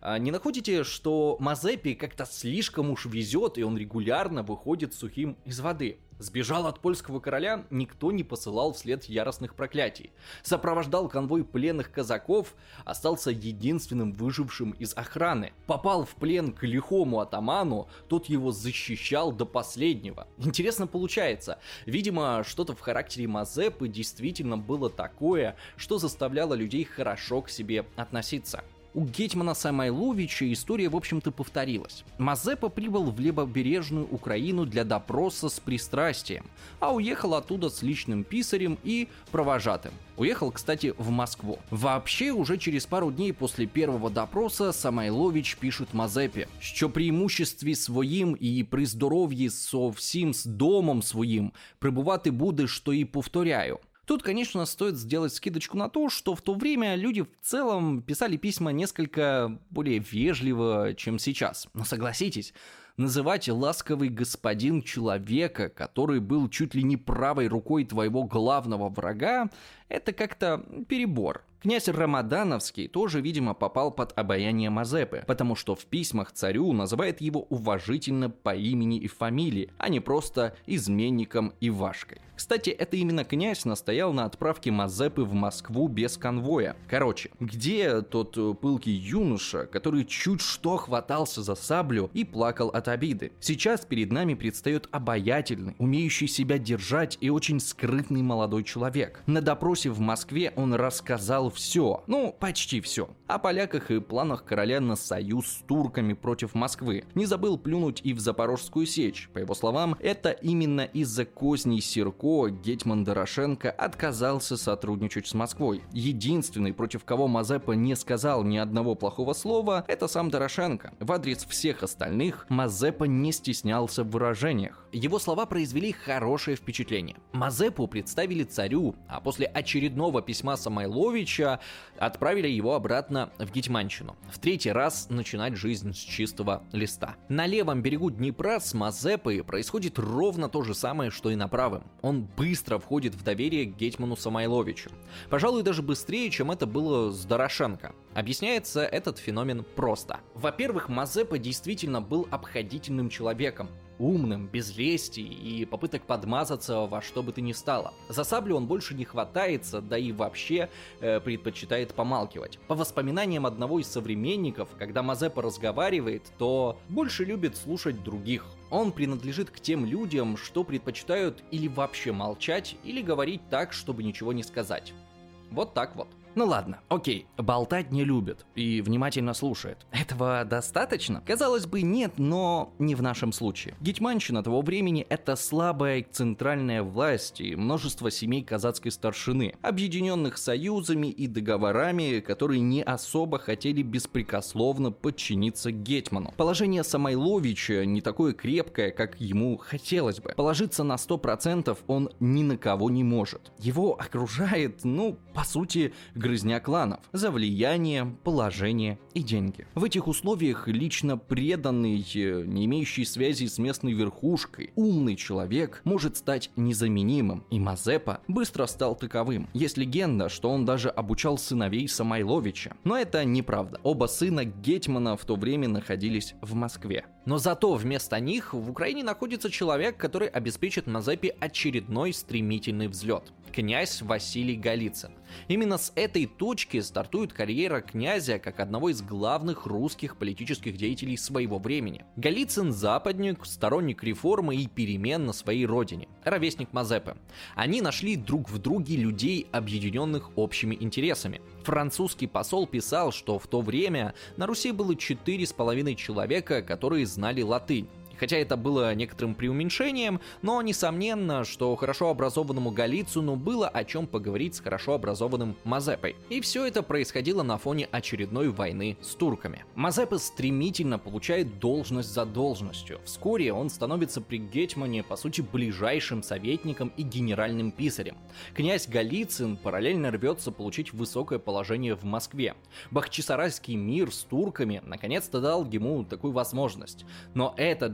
А не находите, что Мазепе как-то слишком уж везет, и он регулярно выходит сухим из воды? Сбежал от польского короля, никто не посылал вслед яростных проклятий. Сопровождал конвой пленных казаков, остался единственным выжившим из охраны. Попал в плен к лихому атаману, тот его защищал до последнего. Интересно получается. Видимо, что-то в характере Мазепы действительно было такое, что заставляло людей хорошо к себе относиться. У гетьмана Самойловича история, в общем-то, повторилась. Мазепа прибыл в левобережную Украину для допроса с пристрастием, а уехал оттуда с личным писарем и провожатым. Уехал, кстати, в Москву. Вообще, уже через пару дней после первого допроса Самойлович пишет Мазепе, що преимуществі своїм і при здоров'ї со всім з домом своїм прибувати буде, що і повторяю. Тут, конечно, стоит сделать скидочку на то, что в то время люди в целом писали письма несколько более вежливо, чем сейчас. Но согласитесь, называть ласковый господин человека, который был чуть ли не правой рукой твоего главного врага, это как-то перебор. Князь Рамадановский тоже, видимо, попал под обаяние Мазепы, потому что в письмах царю называет его уважительно по имени и фамилии, а не просто изменником Ивашкой. Кстати, это именно князь настоял на отправке Мазепы в Москву без конвоя. Короче, где тот пылкий юноша, который чуть что хватался за саблю и плакал от обиды? Сейчас перед нами предстает обаятельный, умеющий себя держать и очень скрытный молодой человек. На допросе в Москве он рассказал все, ну, почти все, о поляках и планах короля на союз с турками против Москвы. Не забыл плюнуть и в Запорожскую сечь. По его словам, это именно из-за козней Сирко гетьман Дорошенко отказался сотрудничать с Москвой. Единственный, против кого Мазепа не сказал ни одного плохого слова, это сам Дорошенко. В адрес всех остальных Мазепа не стеснялся в выражениях. Его слова произвели хорошее впечатление. Мазепу представили царю, а после очередного письма Самойловича отправили его обратно в Гетьманщину. В третий раз начинать жизнь с чистого листа. На левом берегу Днепра с Мазепой происходит ровно то же самое, что и на правом. Он быстро входит в доверие к гетьману Самойловичу. Пожалуй, даже быстрее, чем это было с Дорошенко. Объясняется этот феномен просто. Во-первых, Мазепа действительно был обходительным человеком. Умным, без лести и попыток подмазаться во что бы то ни стало. За саблю он больше не хватается, да и вообще э, предпочитает помалкивать. По воспоминаниям одного из современников, когда Мазепа разговаривает, то больше любит слушать других. Он принадлежит к тем людям, что предпочитают или вообще молчать, или говорить так, чтобы ничего не сказать. Вот так вот. Ну ладно, окей, болтать не любит и внимательно слушает. Этого достаточно? Казалось бы, нет, но не в нашем случае. Гетьманщина того времени — это слабая центральная власть и множество семей казацкой старшины, объединенных союзами и договорами, которые не особо хотели беспрекословно подчиниться гетьману. Положение Самойловича не такое крепкое, как ему хотелось бы. Положиться на сто процентов он ни на кого не может. Его окружает, ну, по сути, грызня кланов за влияние, положение и деньги. В этих условиях лично преданный, не имеющий связи с местной верхушкой, умный человек может стать незаменимым, и Мазепа быстро стал таковым. Есть легенда, что он даже обучал сыновей Самойловича. Но это неправда. Оба сына гетьмана в то время находились в Москве. Но зато вместо них в Украине находится человек, который обеспечит Мазепе очередной стремительный взлет. Князь Василий Голицын. Именно с этой точки стартует карьера князя как одного из главных русских политических деятелей своего времени. Голицын – западник, сторонник реформы и перемен на своей родине, ровесник Мазепы. Они нашли друг в друге людей, объединенных общими интересами. Французский посол писал, что в то время на Руси было четыре с половиной человека, которые знали латынь. Хотя это было некоторым преуменьшением, но несомненно, что хорошо образованному Голицыну было о чем поговорить с хорошо образованным Мазепой. И все это происходило на фоне очередной войны с турками. Мазепа стремительно получает должность за должностью. Вскоре он становится при гетьмане, по сути, ближайшим советником и генеральным писарем. Князь Голицын параллельно рвется получить высокое положение в Москве. Бахчисарайский мир с турками наконец-то дал ему такую возможность. Но этот же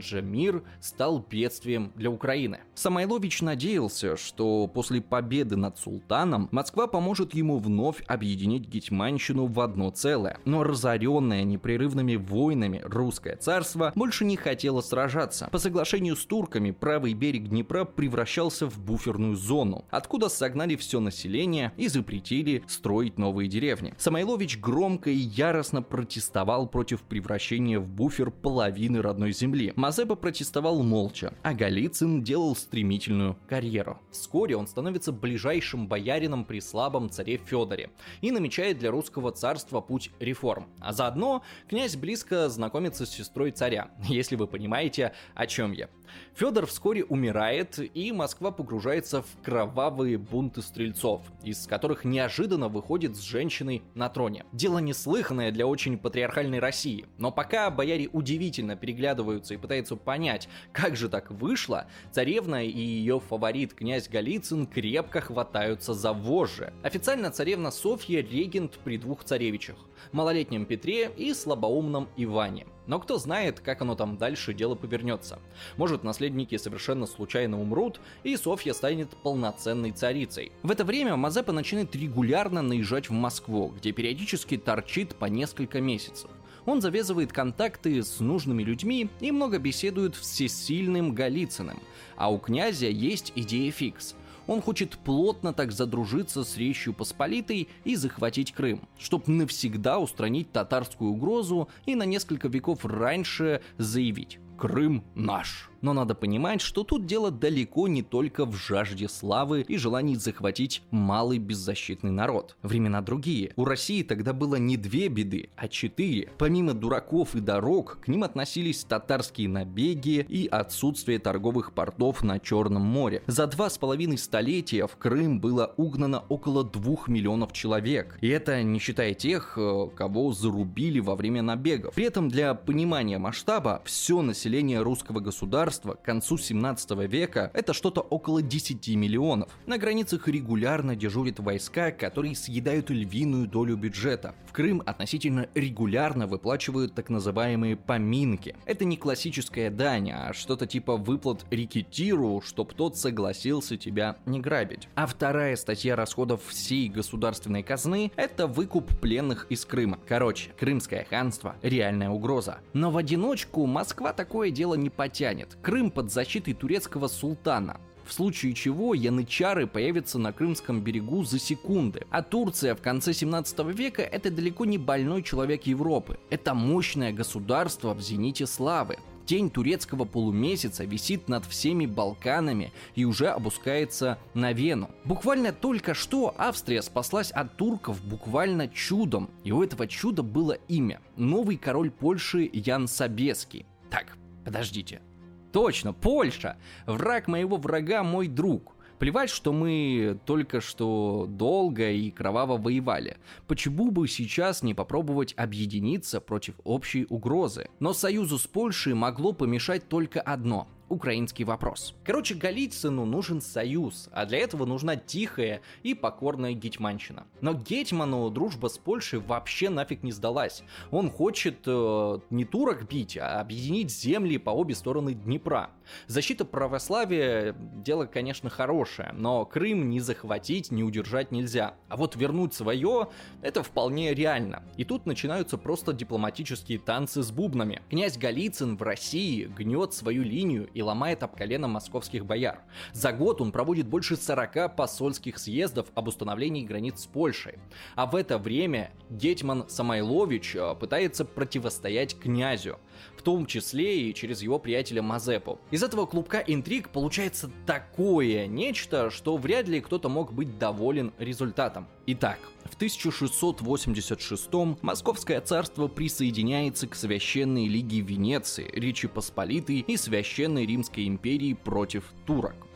же мир стал бедствием для Украины. Самойлович надеялся, что после победы над султаном Москва поможет ему вновь объединить Гетьманщину в одно целое. Но разоренное непрерывными войнами русское царство больше не хотело сражаться. По соглашению с турками правый берег Днепра превращался в буферную зону, откуда согнали все население и запретили строить новые деревни. Самойлович громко и яростно протестовал против превращения в буфер половины родной земли. Мазепа протестовал молча, а Голицын делал стремительную карьеру. Вскоре он становится ближайшим боярином при слабом царе Федоре и намечает для русского царства путь реформ. А заодно князь близко знакомится с сестрой царя, если вы понимаете, о чем я. Федор вскоре умирает, и Москва погружается в кровавые бунты стрельцов, из которых неожиданно выходит с женщиной на троне. Дело неслыханное для очень патриархальной России, но пока бояре удивительно переглядываются и пытаются понять, как же так вышло, царевна и ее фаворит князь Голицын крепко хватаются за вожжи. Официально царевна Софья регент при двух царевичах – малолетнем Петре и слабоумном Иване. Но кто знает, как оно там дальше дело повернется. Может, наследники совершенно случайно умрут, и Софья станет полноценной царицей. В это время Мазепа начинает регулярно наезжать в Москву, где периодически торчит по несколько месяцев. Он завязывает контакты с нужными людьми и много беседует с всесильным Голицыным. А у князя есть идея фикс. Он хочет плотно так задружиться с Речью Посполитой и захватить Крым, чтобы навсегда устранить татарскую угрозу и на несколько веков раньше заявить: «Крым наш». Но надо понимать, что тут дело далеко не только в жажде славы и желании захватить малый беззащитный народ. Времена другие. У России тогда было не две беды, а четыре. Помимо дураков и дорог, к ним относились татарские набеги и отсутствие торговых портов на Черном море. За два с половиной столетия в Крым было угнано около двух миллионов человек. И это не считая тех, кого зарубили во время набегов. При этом для понимания масштаба все население русского государства к концу семнадцатого века это что-то около десяти миллионов. На границах регулярно дежурят войска, которые съедают львиную долю бюджета. В Крым относительно регулярно выплачивают так называемые поминки. Это не классическая дань, а что-то типа выплат рекетиру, чтоб тот согласился тебя не грабить. А вторая статья расходов всей государственной казны – это выкуп пленных из Крыма. Короче, Крымское ханство – реальная угроза. Но в одиночку Москва такое дело не потянет. Крым под защитой турецкого султана, в случае чего янычары появятся на Крымском берегу за секунды. А Турция в конце семнадцатого века – это далеко не больной человек Европы. Это мощное государство в зените славы. Тень турецкого полумесяца висит над всеми Балканами и уже опускается на Вену. Буквально только что Австрия спаслась от турков буквально чудом. И у этого чуда было имя – новый король Польши Ян Собеский. Так, подождите. Точно, Польша! Враг моего врага мой друг. Плевать, что мы только что долго и кроваво воевали. Почему бы сейчас не попробовать объединиться против общей угрозы? Но союзу с Польшей могло помешать только одно – украинский вопрос. Короче, Голицыну нужен союз, а для этого нужна тихая и покорная Гетьманщина. Но Гетьману дружба с Польшей вообще нафиг не сдалась. Он хочет э, не турок бить, а объединить земли по обе стороны Днепра. Защита православия – дело, конечно, хорошее, но Крым ни захватить, ни удержать нельзя. А вот вернуть свое – это вполне реально. И тут начинаются просто дипломатические танцы с бубнами. Князь Голицын в России гнет свою линию и ломает об колено московских бояр. За год он проводит больше сорока посольских съездов об установлении границ с Польшей. А в это время гетьман Самойлович пытается противостоять князю, в том числе и через его приятеля Мазепу. Из этого клубка интриг получается такое нечто, что вряд ли кто-то мог быть доволен результатом. Итак, в тысяча шестьсот восемьдесят шестом Московское царство присоединяется к Священной Лиге Венеции, Речи Посполитой и Священной Римской империи против турок.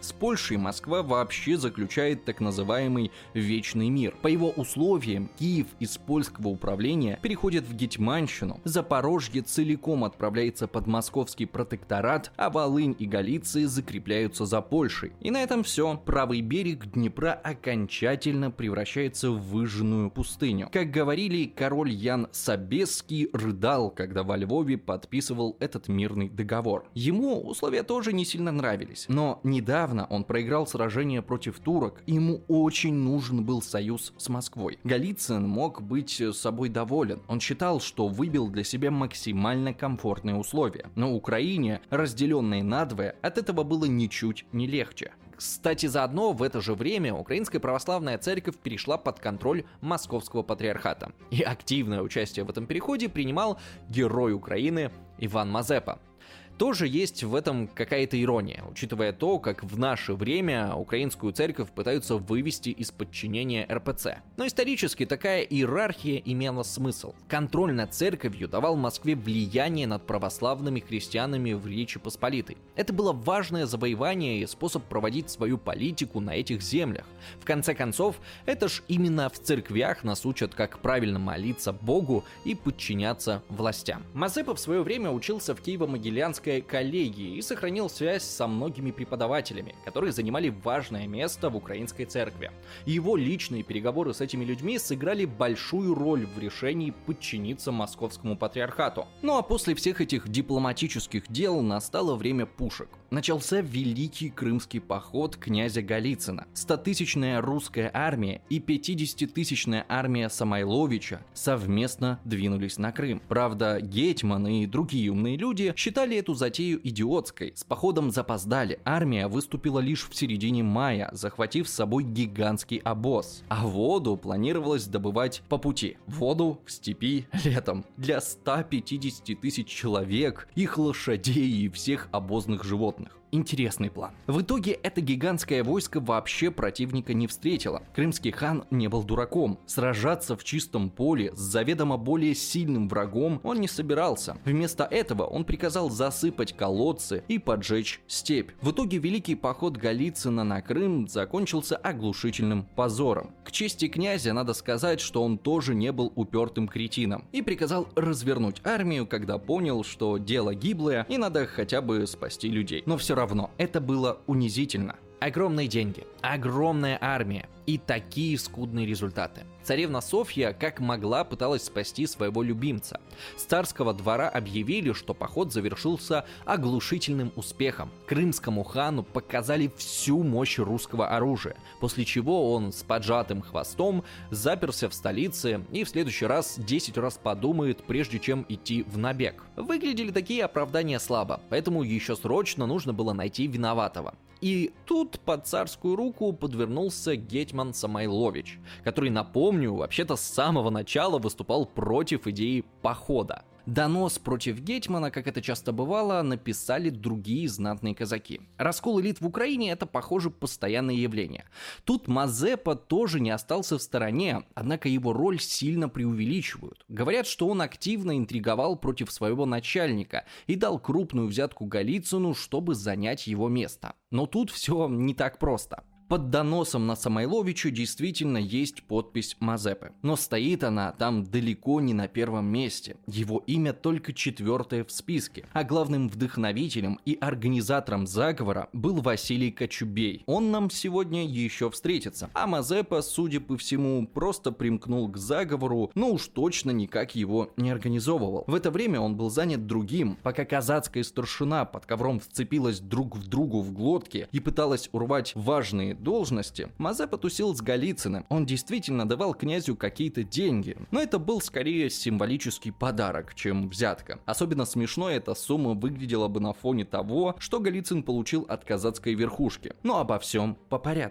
С Польшей Москва вообще заключает так называемый «Вечный мир». По его условиям Киев из польского управления переходит в Гетьманщину, Запорожье целиком отправляется под московский протекторат, а Волынь и Галиция закрепляются за Польшей. И на этом все. Правый берег Днепра окончательно превращается в выжженную пустыню. Как говорили, король Ян Собесский рыдал, когда во Львове подписывал этот мирный договор. Ему условия тоже не сильно нравились, но недавно он проиграл сражение против турок, и ему очень нужен был союз с Москвой. Голицын мог быть собой доволен. Он считал, что выбил для себя максимально комфортные условия. Но Украине, разделенной надвое, от этого было ничуть не легче. Кстати, заодно в это же время Украинская Православная Церковь перешла под контроль Московского Патриархата. И активное участие в этом переходе принимал герой Украины Иван Мазепа. Тоже есть в этом какая-то ирония, учитывая то, как в наше время украинскую церковь пытаются вывести из подчинения эр пэ цэ. Но исторически такая иерархия имела смысл. Контроль над церковью давал Москве влияние над православными христианами в Речи Посполитой. Это было важное завоевание и способ проводить свою политику на этих землях. В конце концов, это ж именно в церквях нас учат, как правильно молиться Богу и подчиняться властям. Мазепа в свое время учился в Киево-Могилянской коллегии и сохранил связь со многими преподавателями, которые занимали важное место в украинской церкви. Его личные переговоры с этими людьми сыграли большую роль в решении подчиниться московскому патриархату. Ну а после всех этих дипломатических дел настало время пушек. Начался Великий Крымский поход князя Голицына. Стотысячная русская армия и пятидесятитысячная армия Самойловича совместно двинулись на Крым. Правда, гетьман и другие умные люди считали эту затею идиотской. С походом запоздали. Армия выступила лишь в середине мая, захватив с собой гигантский обоз. А воду планировалось добывать по пути. Воду в степи летом. Для ста пятидесяти тысяч человек, их лошадей и всех обозных животных. Интересный план. В итоге это гигантское войско вообще противника не встретило. Крымский хан не был дураком. Сражаться в чистом поле с заведомо более сильным врагом он не собирался. Вместо этого он приказал засыпать колодцы и поджечь степь. В итоге великий поход Голицына на Крым закончился оглушительным позором. К чести князя надо сказать, что он тоже не был упертым кретином и приказал развернуть армию, когда понял, что дело гиблое и надо хотя бы спасти людей. Но все равно Равно. Это было унизительно. Огромные деньги, огромная армия и такие скудные результаты. Царевна Софья как могла пыталась спасти своего любимца. С царского двора объявили, что поход завершился оглушительным успехом. Крымскому хану показали всю мощь русского оружия, после чего он с поджатым хвостом заперся в столице и в следующий раз десять раз подумает, прежде чем идти в набег. Выглядели такие оправдания слабо, поэтому еще срочно нужно было найти виноватого. И тут под царскую руку подвернулся гетьман Самойлович, который, напомню, вообще-то с самого начала выступал против идеи похода. Донос против гетьмана, как это часто бывало, написали другие знатные казаки. Раскол элит в Украине — это, похоже, постоянное явление. Тут Мазепа тоже не остался в стороне, однако его роль сильно преувеличивают. Говорят, что он активно интриговал против своего начальника и дал крупную взятку Голицыну, чтобы занять его место. Но тут все не так просто. Под доносом на Самойловича действительно есть подпись Мазепы. Но стоит она там далеко не на первом месте. Его имя только четвертое в списке. А главным вдохновителем и организатором заговора был Василий Кочубей. Он нам сегодня еще встретится. А Мазепа, судя по всему, просто примкнул к заговору, но уж точно никак его не организовывал. В это время он был занят другим. Пока казацкая старшина под ковром вцепилась друг в другу в глотки и пыталась урвать важные должности, Мазепа тусил с Голицыным. Он действительно давал князю какие-то деньги, но это был скорее символический подарок, чем взятка. Особенно смешно эта сумма выглядела бы на фоне того, что Голицын получил от казацкой верхушки. Но обо всем по порядку.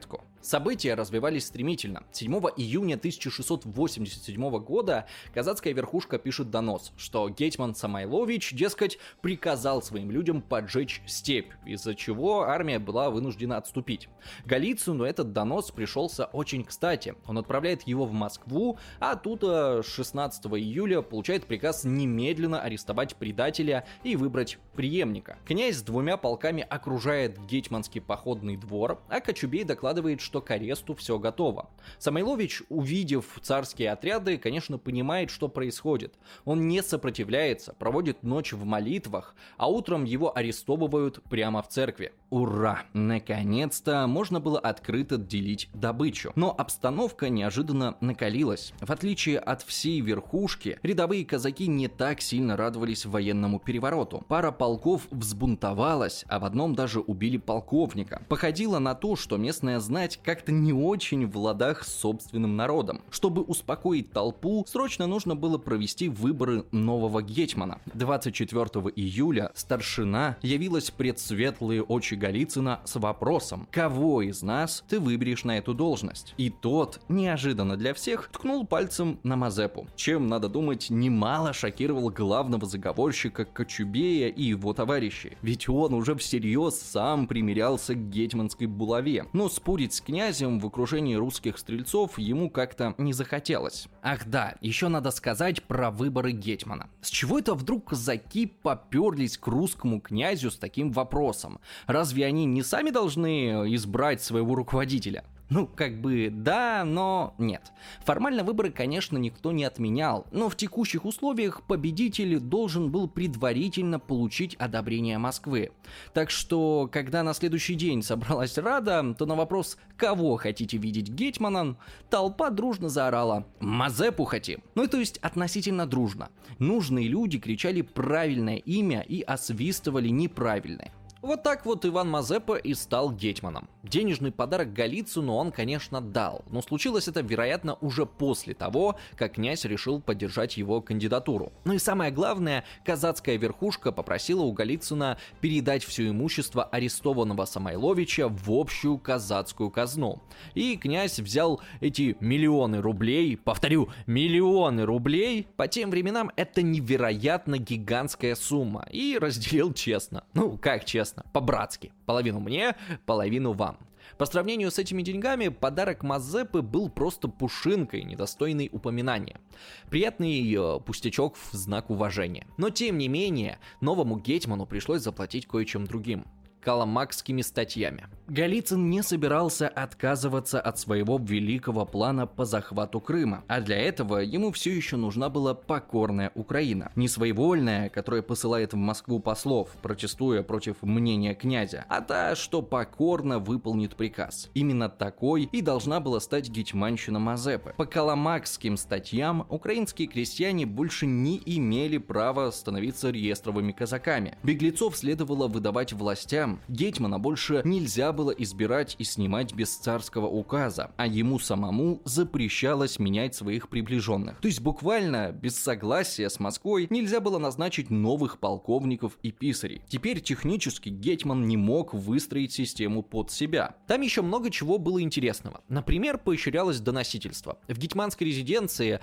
События развивались стремительно. седьмого июня тысяча шестьсот восемьдесят седьмого года казацкая верхушка пишет донос, что гетьман Самойлович, дескать, приказал своим людям поджечь степь, из-за чего армия была вынуждена отступить. Голицыну этот донос пришелся очень кстати. Он отправляет его в Москву, а тут шестнадцатого июля получает приказ немедленно арестовать предателя и выбрать преемника. Князь с двумя полками окружает гетьманский походный двор, а Кочубей докладывает, что к аресту все готово. Самойлович, увидев царские отряды, конечно, понимает, что происходит. Он не сопротивляется, проводит ночь в молитвах, а утром его арестовывают прямо в церкви. Ура! Наконец-то можно было открыто делить добычу. Но обстановка неожиданно накалилась. В отличие от всей верхушки, рядовые казаки не так сильно радовались военному перевороту. Пара полков взбунтовалась, а в одном даже убили полковника. Походило на то, что местная знать как-то не очень в ладах с собственным народом. Чтобы успокоить толпу, срочно нужно было провести выборы нового гетьмана. двадцать четвёртого июля старшина явилась пред светлые очи Голицына с вопросом: кого из нас ты выберешь на эту должность? И тот, неожиданно для всех, ткнул пальцем на Мазепу, чем, надо думать, немало шокировал главного заговорщика Кочубея и его товарищей. Ведь он уже всерьез сам примирялся к гетьманской булаве, но спорить с князем в окружении русских стрельцов ему как-то не захотелось. Ах да, еще надо сказать про выборы гетьмана. С чего это вдруг казаки поперлись к русскому князю с таким вопросом? Разве они не сами должны избрать своего руководителя? Ну, как бы да, но нет. Формально выборы, конечно, никто не отменял, но в текущих условиях победитель должен был предварительно получить одобрение Москвы. Так что, когда на следующий день собралась Рада, то на вопрос «Кого хотите видеть гетьманом?», толпа дружно заорала «Мазепу хотим!». Ну, то есть относительно дружно. Нужные люди кричали правильное имя и освистывали неправильное. Вот так вот Иван Мазепа и стал гетьманом. Денежный подарок Голицыну он, конечно, дал, но случилось это, вероятно, уже после того, как князь решил поддержать его кандидатуру. Ну и самое главное, казацкая верхушка попросила у Голицына передать все имущество арестованного Самойловича в общую казацкую казну. И князь взял эти миллионы рублей, повторю, миллионы рублей, по тем временам это невероятно гигантская сумма, и разделил честно. Ну, как честно? По-братски. Половину мне, половину вам. По сравнению с этими деньгами, подарок Мазепы был просто пушинкой, недостойной упоминания. Приятный э, пустячок в знак уважения. Но тем не менее, новому гетьману пришлось заплатить кое-чем другим. Калмыкскими статьями. Голицын не собирался отказываться от своего великого плана по захвату Крыма, а для этого ему все еще нужна была покорная Украина. Не своевольная, которая посылает в Москву послов, протестуя против мнения князя, а та, что покорно выполнит приказ. Именно такой и должна была стать гетьманщина Мазепы. По калмыкским статьям украинские крестьяне больше не имели права становиться реестровыми казаками. Беглецов следовало выдавать властям. Гетьмана больше нельзя было избирать и снимать без царского указа, а ему самому запрещалось менять своих приближенных. То есть буквально без согласия с Москвой нельзя было назначить новых полковников и писарей. Теперь технически гетьман не мог выстроить систему под себя. Там еще много чего было интересного. Например, поощрялось доносительство. В гетьманской резиденции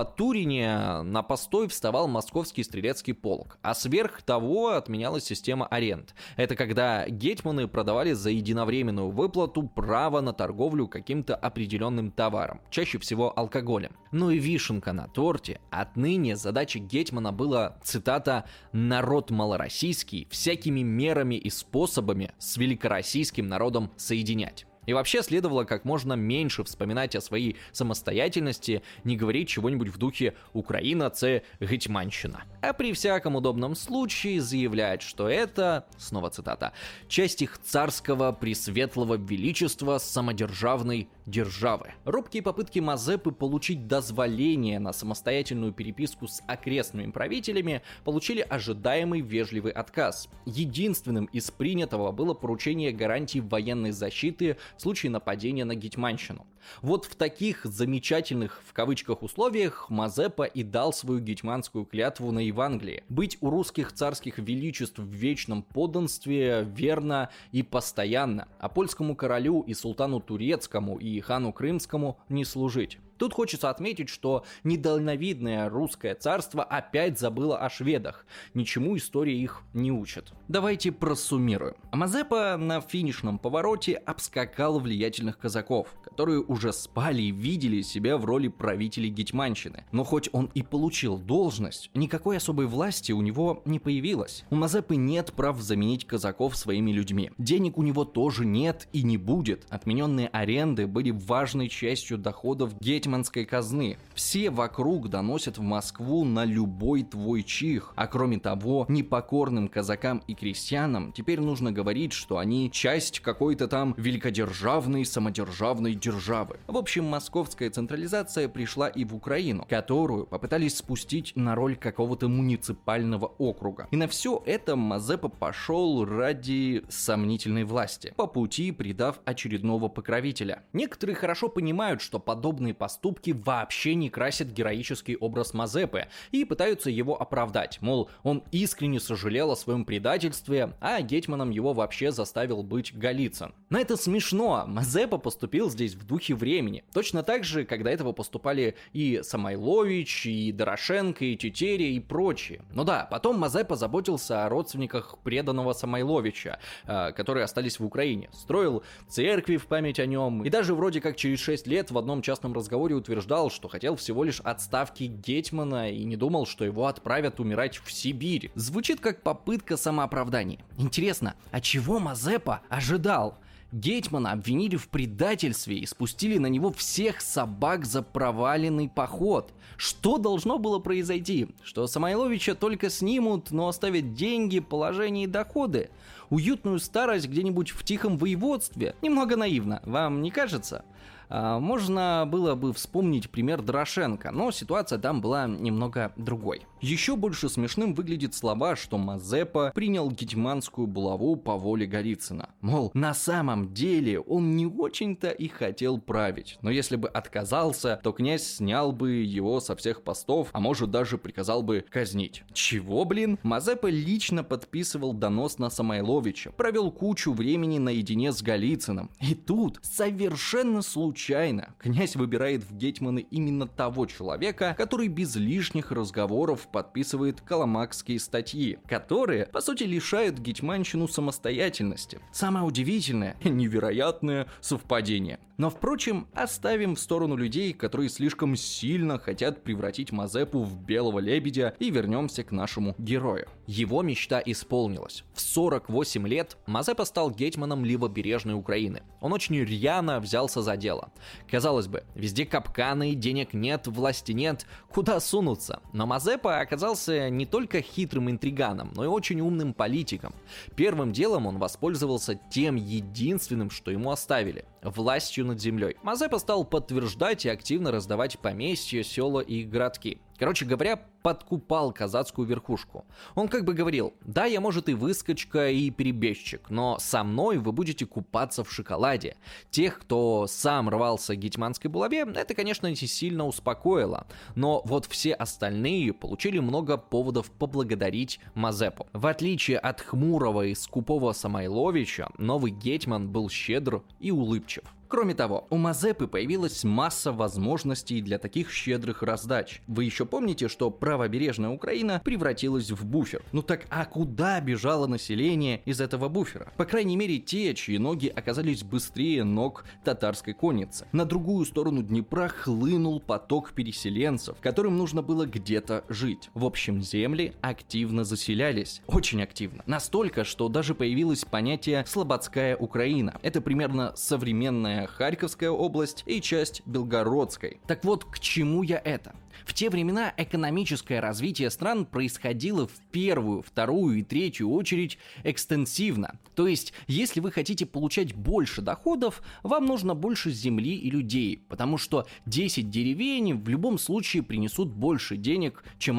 Батурине на постой вставал московский стрелецкий полк, а сверх того отменялась система аренд. Это когда гетьманы продавали за единовременную выплату право на торговлю каким-то определенным товаром, чаще всего алкоголем. Ну и вишенка на торте. Отныне задача гетьмана была, цитата, «народ малороссийский всякими мерами и способами с великороссийским народом соединять». И вообще следовало как можно меньше вспоминать о своей самостоятельности, не говорить чего-нибудь в духе «Украина – це гетьманщина». А при всяком удобном случае заявлять, что это, снова цитата, «часть их царского пресветлого величества самодержавной державы». Робкие попытки Мазепы получить дозволение на самостоятельную переписку с окрестными правителями получили ожидаемый вежливый отказ. Единственным из принятого было поручение гарантий военной защиты в случае нападения на гетьманщину. Вот в таких замечательных, в кавычках, условиях Мазепа и дал свою гетьманскую клятву на Евангелие. Быть у русских царских величеств в вечном подданстве верно и постоянно, а польскому королю и султану турецкому и хану крымскому не служить. Тут хочется отметить, что недальновидное русское царство опять забыло о шведах. Ничему история их не учит. Давайте просуммируем. Мазепа на финишном повороте обскакал влиятельных казаков, которые уже спали и видели себя в роли правителей гетьманщины. Но хоть он и получил должность, никакой особой власти у него не появилось. У Мазепы нет прав заменить казаков своими людьми. Денег у него тоже нет и не будет. Отмененные аренды были важной частью доходов гетьманства казны. Все вокруг доносят в Москву на любой твой чих. А кроме того, непокорным казакам и крестьянам теперь нужно говорить, что они часть какой-то там великодержавной самодержавной державы. В общем, московская централизация пришла и в Украину, которую попытались спустить на роль какого-то муниципального округа. И на все это Мазепа пошел ради сомнительной власти, по пути предав очередного покровителя. Некоторые хорошо понимают, что подобные поступки Поступки вообще не красят героический образ Мазепы и пытаются его оправдать, мол, он искренне сожалел о своем предательстве, а гетьманом его вообще заставил быть Голицын. Но это смешно, Мазепа поступил здесь в духе времени, точно так же, как до этого поступали и Самойлович, и Дорошенко, и Тетеря, и прочие. Ну да, потом Мазепа заботился о родственниках преданного Самойловича, которые остались в Украине, строил церкви в память о нем, и даже вроде как через шесть лет в одном частном разговоре утверждал, что хотел всего лишь отставки гетьмана и не думал, что его отправят умирать в Сибирь. Звучит как попытка самооправдания. Интересно, а чего Мазепа ожидал? Гетьмана обвинили в предательстве и спустили на него всех собак за проваленный поход. Что должно было произойти? Что Самойловича только снимут, но оставят деньги, положение и доходы? Уютную старость где-нибудь в тихом воеводстве? Немного наивно, вам не кажется? Можно было бы вспомнить пример Дорошенко, но ситуация там была немного другой. Еще больше смешным выглядят слова, что Мазепа принял гетьманскую булаву по воле Голицына. Мол, на самом деле он не очень-то и хотел править, но если бы отказался, то князь снял бы его со всех постов, а может даже приказал бы казнить. Чего, блин? Мазепа лично подписывал донос на Самойловича, провел кучу времени наедине с Голицыным. И тут совершенно случайно Случайно князь выбирает в гетьманы именно того человека, который без лишних разговоров подписывает коломакские статьи, которые, по сути, лишают гетьманщину самостоятельности. Самое удивительное, невероятное совпадение. Но, впрочем, оставим в сторону людей, которые слишком сильно хотят превратить Мазепу в белого лебедя, и вернемся к нашему герою. Его мечта исполнилась. В сорок восемь лет Мазепа стал гетьманом левобережной Украины. Он очень рьяно взялся за дело. Казалось бы, везде капканы, денег нет, власти нет, куда сунуться? Но Мазепа оказался не только хитрым интриганом, но и очень умным политиком. Первым делом он воспользовался тем единственным, что ему оставили – властью над землей. Мазепа стал подтверждать и активно раздавать поместья, села и городки. Короче говоря, подкупал казацкую верхушку. Он как бы говорил: да, я, может, и выскочка, и перебежчик, но со мной вы будете купаться в шоколаде. Тех, кто сам рвался к гетьманской булаве, это, конечно, не сильно успокоило, но вот все остальные получили много поводов поблагодарить Мазепу. В отличие от хмурого и скупого Самойловича, новый гетьман был щедр и улыбчив. Кроме того, у Мазепы появилась масса возможностей для таких щедрых раздач. Вы еще помните, что правобережная Украина превратилась в буфер? Ну так а куда бежало население из этого буфера? По крайней мере, те, чьи ноги оказались быстрее ног татарской конницы. На другую сторону Днепра хлынул поток переселенцев, которым нужно было где-то жить. В общем, земли активно заселялись. Очень активно. Настолько, что даже появилось понятие «слободская Украина». Это примерно современная Харьковская область и часть Белгородской. Так вот, к чему я это? В те времена экономическое развитие стран происходило в первую, вторую и третью очередь экстенсивно. То есть, если вы хотите получать больше доходов, вам нужно больше земли и людей, потому что десять деревень в любом случае принесут больше денег, чем одна.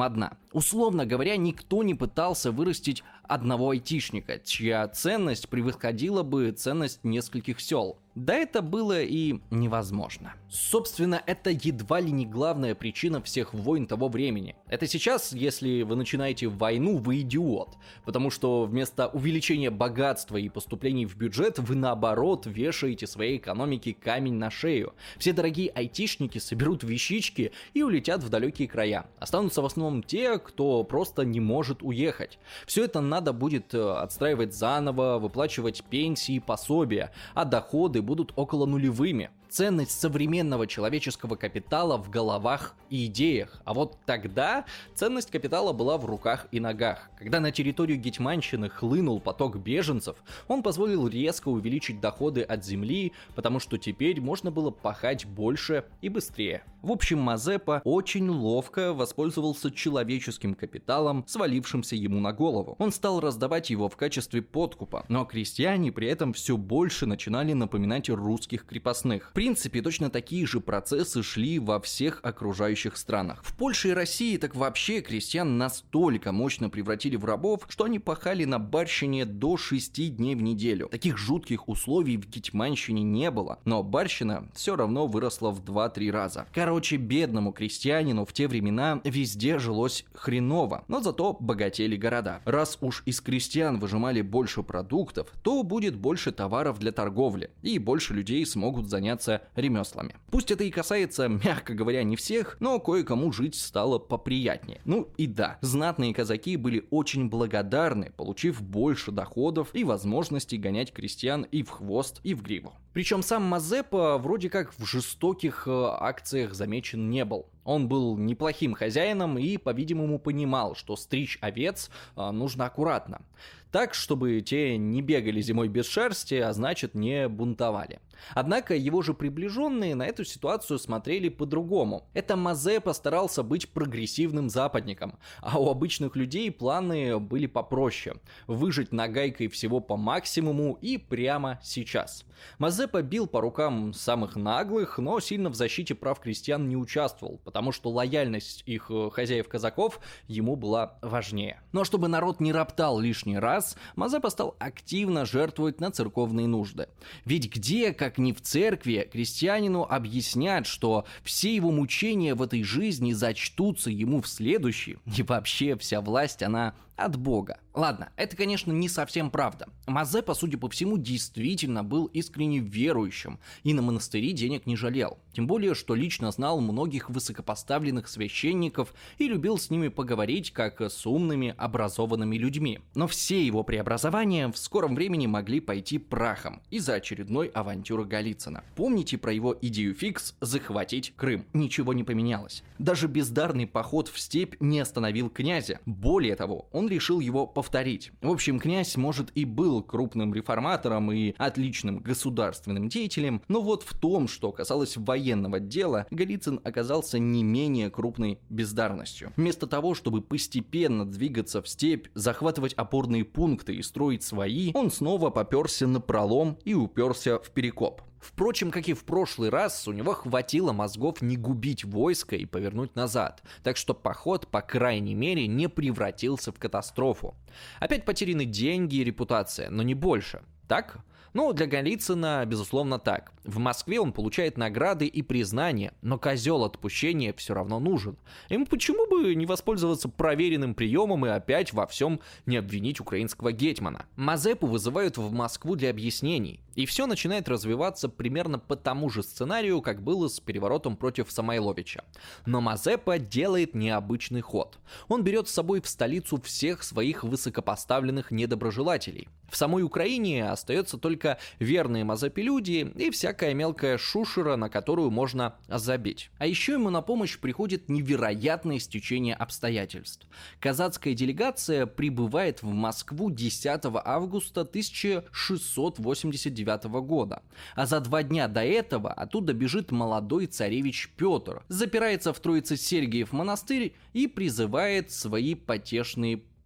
Условно говоря, никто не пытался вырастить одного айтишника, чья ценность превосходила бы ценность нескольких сел. Да это было и невозможно. Собственно, это едва ли не главная причина всех войн того времени. Это сейчас, если вы начинаете войну, вы идиот. Потому что вместо увеличения богатства и поступлений в бюджет, вы наоборот вешаете своей экономике камень на шею. Все дорогие айтишники соберут вещички и улетят в далекие края. Останутся в основном те, кто просто не может уехать. Все это надо будет отстраивать заново, выплачивать пенсии и пособия, а доходы будут около нулевыми. Ценность современного человеческого капитала в головах и идеях. А вот тогда ценность капитала была в руках и ногах. Когда на территорию Гетьманщины хлынул поток беженцев, он позволил резко увеличить доходы от земли, потому что теперь можно было пахать больше и быстрее. В общем, Мазепа очень ловко воспользовался человеческим капиталом, свалившимся ему на голову. Он стал раздавать его в качестве подкупа, но крестьяне при этом все больше начинали напоминать русских крепостных. В принципе, точно такие же процессы шли во всех окружающих странах. В Польше и России так вообще крестьян настолько мощно превратили в рабов, что они пахали на барщине до шести дней в неделю. Таких жутких условий в Гетьманщине не было, но барщина все равно выросла в два-три раза. Короче, бедному крестьянину в те времена везде жилось хреново, но зато богатели города. Раз уж из крестьян выжимали больше продуктов, то будет больше товаров для торговли, и больше людей смогут заняться ремеслами. Пусть это и касается, мягко говоря, не всех, но кое-кому жить стало поприятнее. Ну и да, знатные казаки были очень благодарны, получив больше доходов и возможностей гонять крестьян и в хвост, и в гриву. Причем сам Мазепа вроде как в жестоких э, акциях замечен не был. Он был неплохим хозяином и, по-видимому, понимал, что стричь овец э, нужно аккуратно. Так, чтобы те не бегали зимой без шерсти, а значит не бунтовали. Однако его же приближенные на эту ситуацию смотрели по-другому. Это Мазепа старался быть прогрессивным западником, а у обычных людей планы были попроще. Выжать нагайкой всего по максимуму и прямо сейчас. Мазепа бил по рукам самых наглых, но сильно в защите прав крестьян не участвовал, потому что лояльность их хозяев-казаков ему была важнее. Но чтобы народ не роптал лишний раз, Мазепа стал активно жертвовать на церковные нужды. Ведь где, как ни в церкви, крестьянину объяснят, что все его мучения в этой жизни зачтутся ему в следующей, и вообще вся власть, она от Бога. Ладно, это, конечно, не совсем правда. Мазепа, судя по всему, действительно был искренне верующим и на монастыри денег не жалел. Тем более, что лично знал многих высокопоставленных священников и любил с ними поговорить, как с умными, образованными людьми. Но все его преобразования в скором времени могли пойти прахом из-за очередной авантюры Голицына. Помните про его идею фикс захватить Крым? Ничего не поменялось. Даже бездарный поход в степь не остановил князя. Более того, он решил его повторить. В общем, князь, может, и был крупным реформатором и отличным государственным деятелем, но вот в том, что касалось военного дела, Голицын оказался не менее крупной бездарностью. Вместо того, чтобы постепенно двигаться в степь, захватывать опорные пункты и строить свои, он снова попёрся напролом и уперся в Перекоп. Впрочем, как и в прошлый раз, у него хватило мозгов не губить войско и повернуть назад, так что поход, по крайней мере, не превратился в катастрофу. Опять потеряны деньги и репутация, но не больше. Так? Ну, для Голицына, безусловно, так. В Москве он получает награды и признание, но козел отпущения все равно нужен. Ему почему бы не воспользоваться проверенным приемом и опять во всем не обвинить украинского гетьмана? Мазепу вызывают в Москву для объяснений, и все начинает развиваться примерно по тому же сценарию, как было с переворотом против Самойловича. Но Мазепа делает необычный ход. Он берет с собой в столицу всех своих высокопоставленных недоброжелателей. В самой Украине остается только верные Мазепе люди и всякая мелкая шушера, на которую можно забить. А еще ему на помощь приходит невероятное стечение обстоятельств. Казацкая делегация прибывает в Москву десятого августа тысяча шестьсот восемьдесят девятого года, а за два дня до этого оттуда бежит молодой царевич Петр, запирается в Троице-Сергиев монастырь и призывает свои потешные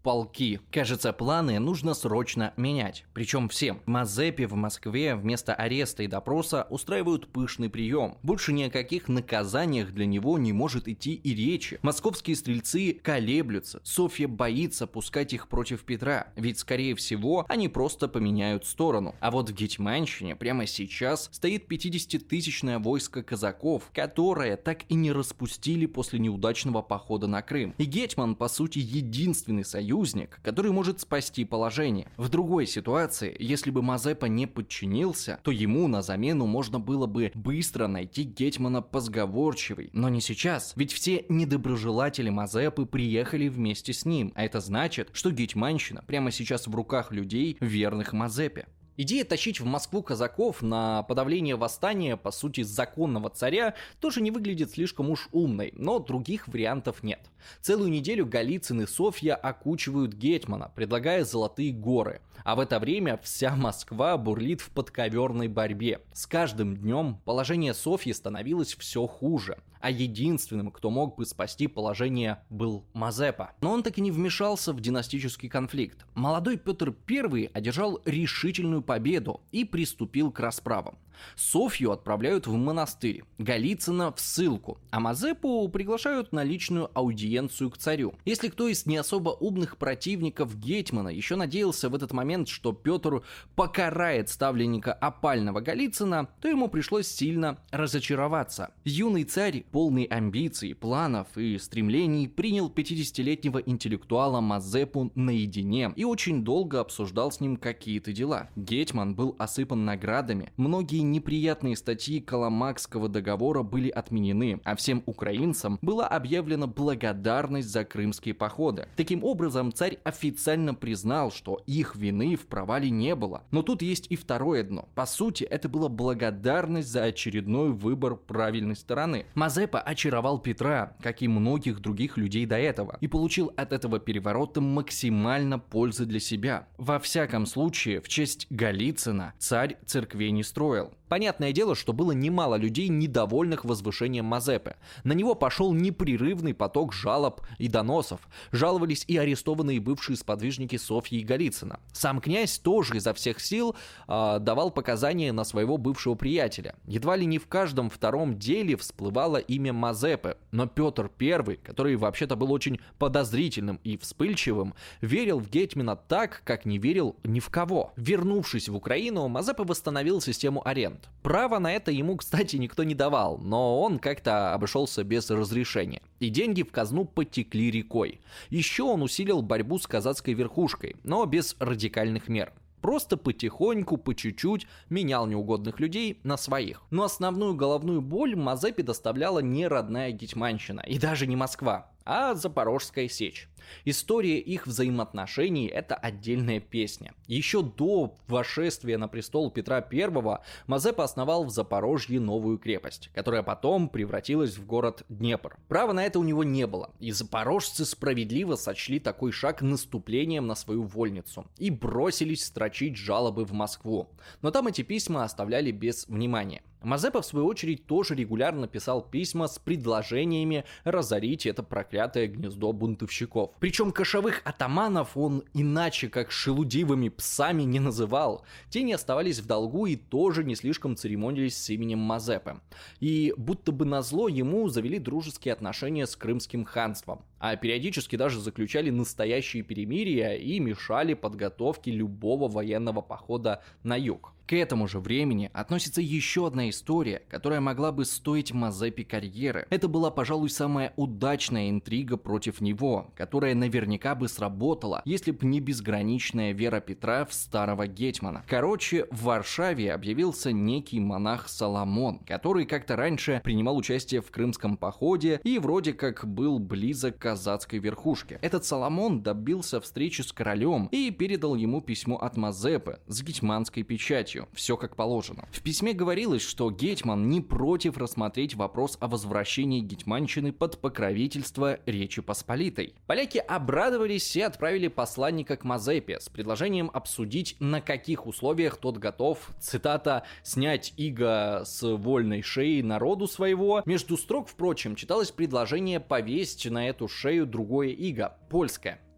полки. Кажется, планы нужно срочно менять. Причем всем. В Мазепе в Москве вместо ареста и допроса устраивают пышный прием. Больше ни о каких наказаниях для него не может идти и речи. Московские стрельцы колеблются. Софья боится пускать их против Петра. Ведь, скорее всего, они просто поменяют сторону. А вот в Гетьманщине прямо сейчас стоит пятидесятитысячное войско казаков, которое так и не распустили после неудачного похода на Крым. И Гетьман, по сути, единственный союзник, который может спасти положение. В другой ситуации, если бы Мазепа не подчинился, то ему на замену можно было бы быстро найти гетьмана позговорчивый. Но не сейчас, ведь все недоброжелатели Мазепы приехали вместе с ним, а это значит, что Гетьманщина прямо сейчас в руках людей, верных Мазепе. Идея тащить в Москву казаков на подавление восстания, по сути, законного царя, тоже не выглядит слишком уж умной, но других вариантов нет. Целую неделю Голицын и Софья окучивают гетьмана, предлагая золотые горы, а в это время вся Москва бурлит в подковерной борьбе. С каждым днем положение Софьи становилось все хуже, а единственным, кто мог бы спасти положение, был Мазепа. Но он так и не вмешался в династический конфликт. Молодой Петр Первый одержал решительную победу и приступил к расправам. Софью отправляют в монастырь, Голицына в ссылку, а Мазепу приглашают на личную аудиенцию к царю. Если кто из не особо умных противников гетьмана еще надеялся в этот момент, что Петр покарает ставленника опального Голицына, то ему пришлось сильно разочароваться. Юный царь, полный амбиций, планов и стремлений, принял пятидесятилетнего интеллектуала Мазепу наедине и очень долго обсуждал с ним какие-то дела. Гетьман был осыпан наградами, многие неприятные статьи Каламакского договора были отменены, а всем украинцам была объявлена благодарность за крымские походы. Таким образом, царь официально признал, что их вины в провале не было. Но тут есть и второе дно. По сути, это была благодарность за очередной выбор правильной стороны. Мазепа очаровал Петра, как и многих других людей до этого, и получил от этого переворота максимально пользы для себя. Во всяком случае, в честь Голицына царь церквей не строил. Понятное дело, что было немало людей, недовольных возвышением Мазепы. На него пошел непрерывный поток жалоб и доносов. Жаловались и арестованные бывшие сподвижники Софьи и Голицына. Сам князь тоже изо всех сил э, давал показания на своего бывшего приятеля. Едва ли не в каждом втором деле всплывало имя Мазепы. Но Петр Первый, который вообще-то был очень подозрительным и вспыльчивым, верил в гетьмана так, как не верил ни в кого. Вернувшись в Украину, Мазепа восстановил систему аренд. Право на это ему, кстати, никто не давал, но он как-то обошелся без разрешения. И деньги в казну потекли рекой. Еще он усилил борьбу с казацкой верхушкой, но без радикальных мер. Просто потихоньку, по чуть-чуть менял неугодных людей на своих. Но основную головную боль Мазепе доставляла не родная Гетьманщина и даже не Москва, а Запорожская сечь. История их взаимоотношений – это отдельная песня. Еще до восшествия на престол Петра Первого Мазепа основал в Запорожье новую крепость, которая потом превратилась в город Днепр. Права на это у него не было, и запорожцы справедливо сочли такой шаг наступлением на свою вольницу и бросились строчить жалобы в Москву. Но там эти письма оставляли без внимания. Мазепа, в свою очередь, тоже регулярно писал письма с предложениями разорить это проклятое гнездо бунтовщиков. Причем кошовых атаманов он иначе как шелудивыми псами не называл. Те не оставались в долгу и тоже не слишком церемонились с именем Мазепы. И будто бы назло ему завели дружеские отношения с Крымским ханством. А периодически даже заключали настоящие перемирия и мешали подготовке любого военного похода на юг. К этому же времени относится еще одна история, которая могла бы стоить Мазепе карьеры. Это была, пожалуй, самая удачная интрига против него, которая наверняка бы сработала, если бы не безграничная вера Петра в старого гетьмана. Короче, в Варшаве объявился некий монах Соломон, который как-то раньше принимал участие в крымском походе и вроде как был близок к казацкой верхушке. Этот Соломон добился встречи с королем и передал ему письмо от Мазепы с гетьманской печатью. Все как положено. В письме говорилось, что гетьман не против рассмотреть вопрос о возвращении Гетьманщины под покровительство Речи Посполитой. Поляки обрадовались и отправили посланника к Мазепе с предложением обсудить, на каких условиях тот готов, цитата, «снять иго с вольной шеи народу своего». Между строк, впрочем, читалось предложение повесить на эту шею другое иго, польское.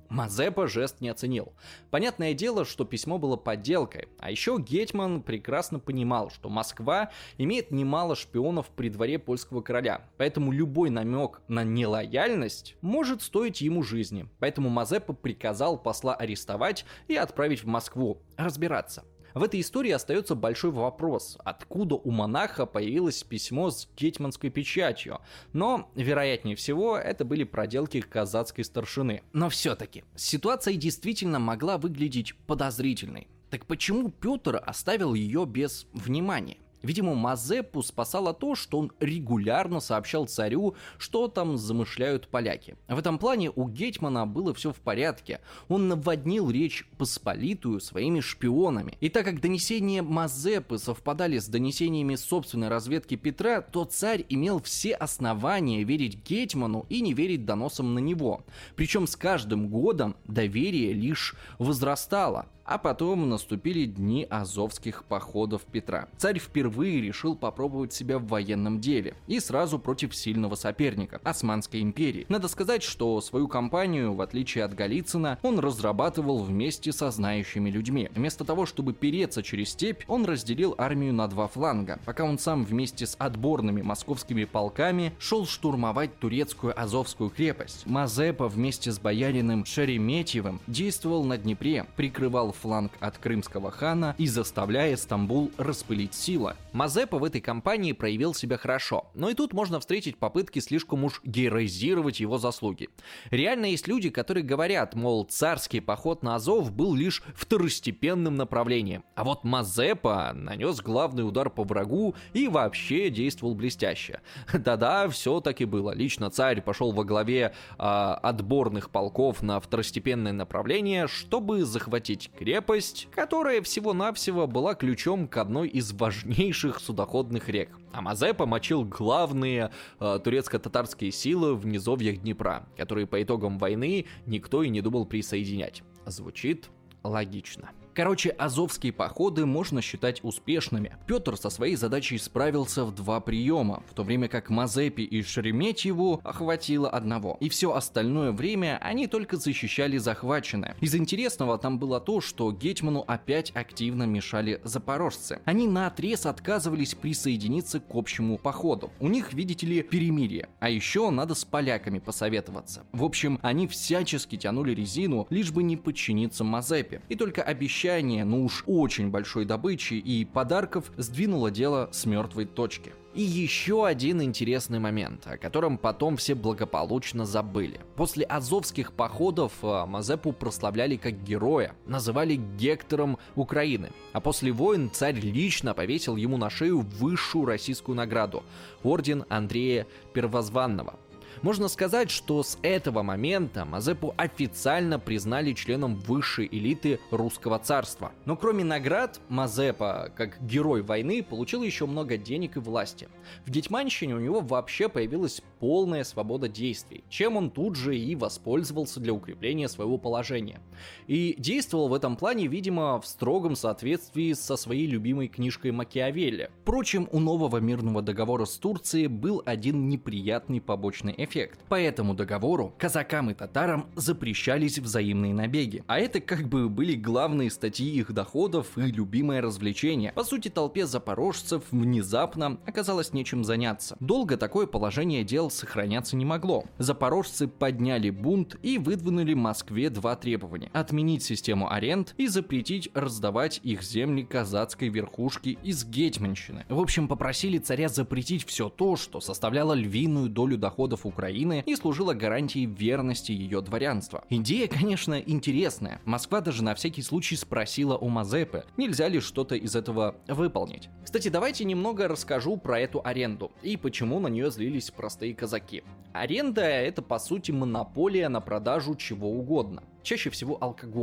Мазепа жест не оценил. Понятное дело, что письмо было подделкой, а еще гетман прекрасно понимал, что Москва имеет немало шпионов при дворе польского короля, поэтому любой намек на нелояльность может стоить ему жизни. Поэтому Мазепа приказал посла арестовать и отправить в Москву разбираться. В этой истории остается большой вопрос, откуда у монаха появилось письмо с гетманской печатью, но, вероятнее всего, это были проделки казацкой старшины. Но все-таки, ситуация действительно могла выглядеть подозрительной. Так почему Петр оставил ее без внимания? Видимо, Мазепу спасало то, что он регулярно сообщал царю, что там замышляют поляки. В этом плане у гетмана было все в порядке. Он наводнил Речь Посполитую своими шпионами. И так как донесения Мазепы совпадали с донесениями собственной разведки Петра, то царь имел все основания верить гетману и не верить доносам на него. Причем с каждым годом доверие лишь возрастало. А потом наступили дни азовских походов Петра. Царь впервые решил попробовать себя в военном деле. И сразу против сильного соперника – Османской империи. Надо сказать, что свою кампанию, в отличие от Голицына, он разрабатывал вместе со знающими людьми. Вместо того, чтобы переться через степь, он разделил армию на два фланга, пока он сам вместе с отборными московскими полками шел штурмовать турецкую Азовскую крепость. Мазепа вместе с боярином Шереметьевым действовал на Днепре, прикрывал фланг от крымского хана и заставляя Стамбул распылить силы. Мазепа в этой кампании проявил себя хорошо, но и тут можно встретить попытки слишком уж героизировать его заслуги. Реально есть люди, которые говорят, мол, царский поход на Азов был лишь второстепенным направлением, а вот Мазепа нанес главный удар по врагу и вообще действовал блестяще. Да-да, все так и было. Лично царь пошел во главе э, отборных полков на второстепенное направление, чтобы захватить крепость, которая всего-навсего была ключом к одной из важнейших судоходных рек. А Мазепа мочил главные э, турецко-татарские силы в низовьях Днепра, которые по итогам войны никто и не думал присоединять. Звучит логично. Короче, азовские походы можно считать успешными. Петр со своей задачей справился в два приема, в то время как Мазепе и Шереметьеву охватило одного. И все остальное время они только защищали захваченное. Из интересного там было то, что гетману опять активно мешали запорожцы. Они наотрез отказывались присоединиться к общему походу. У них, видите ли, перемирие. А еще надо с поляками посоветоваться. В общем, они всячески тянули резину, лишь бы не подчиниться Мазепе. И только обещали ну уж очень большой добычи и подарков сдвинуло дело с мертвой точки. И еще один интересный момент, о котором потом все благополучно забыли. После азовских походов Мазепу прославляли как героя, называли Гектором Украины. А после войн царь лично повесил ему на шею высшую российскую награду – орден Андрея Первозванного. Можно сказать, что с этого момента Мазепу официально признали членом высшей элиты русского царства. Но кроме наград, Мазепа, как герой войны, получил еще много денег и власти. В гетьманщине у него вообще появилась полная свобода действий, чем он тут же и воспользовался для укрепления своего положения. И действовал в этом плане, видимо, в строгом соответствии со своей любимой книжкой Макиавелли. Впрочем, у нового мирного договора с Турцией был один неприятный побочный эффект. Эффект. По этому договору казакам и татарам запрещались взаимные набеги. А это как бы были главные статьи их доходов и любимое развлечение. По сути, толпе запорожцев внезапно оказалось нечем заняться. Долго такое положение дел сохраняться не могло. Запорожцы подняли бунт и выдвинули Москве два требования: отменить систему аренд и запретить раздавать их земли казацкой верхушке из гетьманщины. В общем, попросили царя запретить все то, что составляло львиную долю доходов Украины Украины и служила гарантией верности ее дворянства. Идея, конечно, интересная. Москва даже на всякий случай спросила у Мазепы, нельзя ли что-то из этого выполнить. Кстати, давайте немного расскажу про эту аренду и почему на нее злились простые казаки. Аренда — это, по сути, монополия на продажу чего угодно. Чаще всего алкоголя.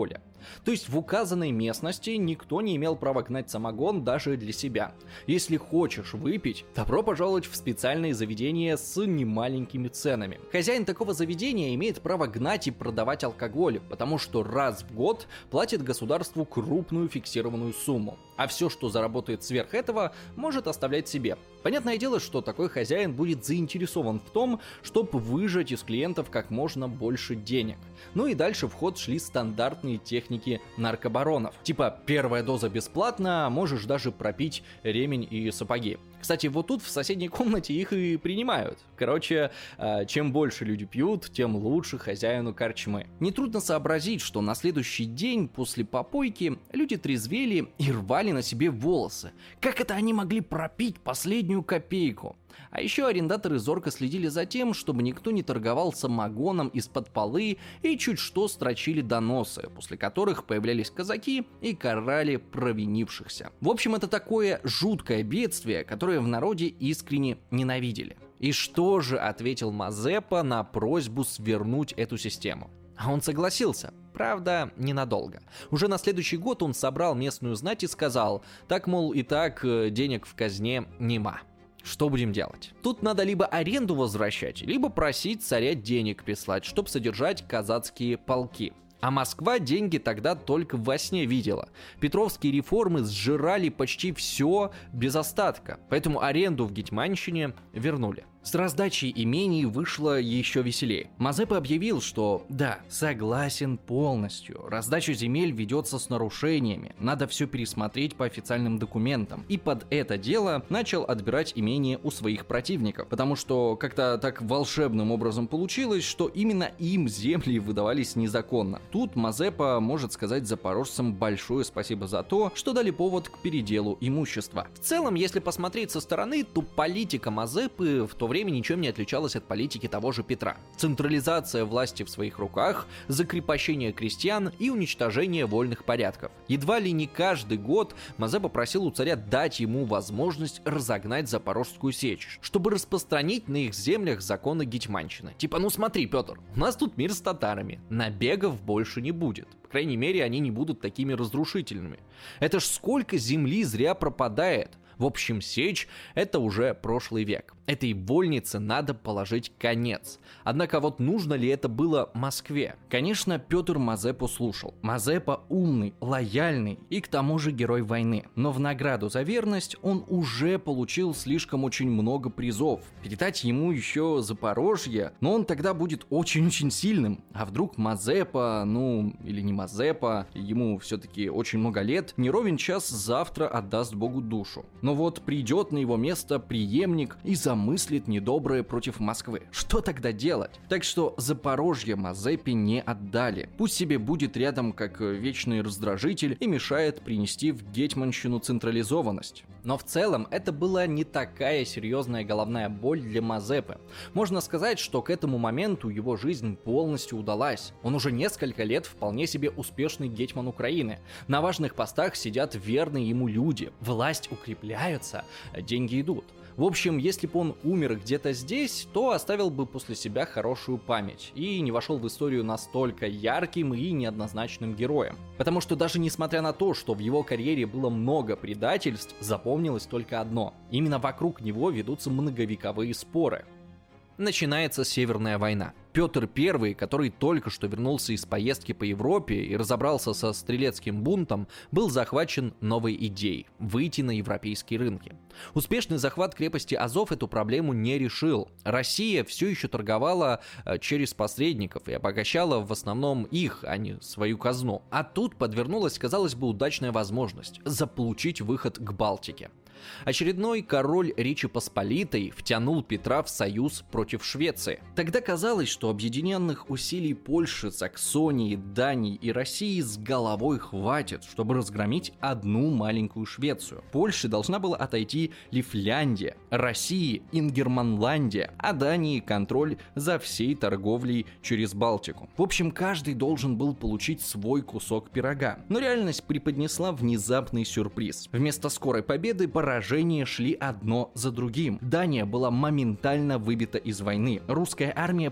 То есть в указанной местности никто не имел права гнать самогон даже для себя. Если хочешь выпить, добро пожаловать в специальные заведения с немаленькими ценами. Хозяин такого заведения имеет право гнать и продавать алкоголь, потому что раз в год платит государству крупную фиксированную сумму, а все, что заработает сверх этого, может оставлять себе. Понятное дело, что такой хозяин будет заинтересован в том, чтобы выжать из клиентов как можно больше денег. Ну и дальше в ход шли стандартные техники наркобаронов. Типа первая доза бесплатна, можешь даже пропить ремень и сапоги. Кстати, вот тут в соседней комнате их и принимают. Короче, чем больше люди пьют, тем лучше хозяину корчмы. Нетрудно сообразить, что на следующий день после попойки люди трезвели и рвали на себе волосы. Как это они могли пропить последнюю копейку? А еще арендаторы зорко следили за тем, чтобы никто не торговал самогоном из-под полы и чуть что строчили доносы, после которых появлялись казаки и карали провинившихся. В общем, это такое жуткое бедствие, которое в народе искренне ненавидели. И что же ответил Мазепа на просьбу свернуть эту систему? А он согласился. Правда, ненадолго. Уже на следующий год он собрал местную знать и сказал: так, мол, и так денег в казне нема. Что будем делать? Тут надо либо аренду возвращать, либо просить царя денег прислать, чтобы содержать казацкие полки. А Москва деньги тогда только во сне видела. Петровские реформы сжирали почти все без остатка, поэтому аренду в Гетьманщине вернули. С раздачей имений вышло еще веселее. Мазепа объявил, что да, согласен полностью, раздача земель ведется с нарушениями, надо все пересмотреть по официальным документам. И под это дело начал отбирать имения у своих противников, потому что как-то так волшебным образом получилось, что именно им земли выдавались незаконно. Тут Мазепа может сказать запорожцам большое спасибо за то, что дали повод к переделу имущества. В целом, если посмотреть со стороны, то политика Мазепы в то время время ничем не отличалась от политики того же Петра. Централизация власти в своих руках, закрепощение крестьян и уничтожение вольных порядков. Едва ли не каждый год Мазепа просил у царя дать ему возможность разогнать Запорожскую сечь, чтобы распространить на их землях законы Гетьманщины. Типа, ну смотри, Петр, у нас тут мир с татарами, набегов больше не будет. По крайней мере, они не будут такими разрушительными. Это ж сколько земли зря пропадает. В общем, сечь – это уже прошлый век. Этой вольнице надо положить конец. Однако вот нужно ли это было Москве? Конечно, Петр Мазепу слушал. Мазепа умный, лояльный и к тому же герой войны. Но в награду за верность он уже получил слишком очень много призов. Передать ему еще Запорожье, но он тогда будет очень-очень сильным. А вдруг Мазепа, ну или не Мазепа, ему все-таки очень много лет, не ровен час завтра отдаст Богу душу. Но вот придет на его место преемник и замыслит недоброе против Москвы. Что тогда делать? Так что Запорожье Мазепе не отдали. Пусть себе будет рядом как вечный раздражитель и мешает принести в гетьманщину централизованность. Но в целом это была не такая серьезная головная боль для Мазепы. Можно сказать, что к этому моменту его жизнь полностью удалась. Он уже несколько лет вполне себе успешный гетьман Украины. На важных постах сидят верные ему люди. Власть укрепляется. Деньги идут. В общем, если бы он умер где-то здесь, то оставил бы после себя хорошую память и не вошел в историю настолько ярким и неоднозначным героем. Потому что даже несмотря на то, что в его карьере было много предательств, запомнилось только одно. Именно вокруг него ведутся многовековые споры. Начинается Северная война. Петр Первый, который только что вернулся из поездки по Европе и разобрался со стрелецким бунтом, был захвачен новой идеей – выйти на европейские рынки. Успешный захват крепости Азов эту проблему не решил. Россия все еще торговала через посредников и обогащала в основном их, а не свою казну. А тут подвернулась, казалось бы, удачная возможность – заполучить выход к Балтике. Очередной король Речи Посполитой втянул Петра в союз против Швеции. Тогда казалось, что объединенных усилий Польши, Саксонии, Дании и России с головой хватит, чтобы разгромить одну маленькую Швецию. Польше должна была отойти Лифляндия, России Ингерманландия, а Дании контроль за всей торговлей через Балтику. В общем, каждый должен был получить свой кусок пирога. Но реальность преподнесла внезапный сюрприз. Вместо скорой победы поражения шли одно за другим. Дания была моментально выбита из войны. Русская армия потерпела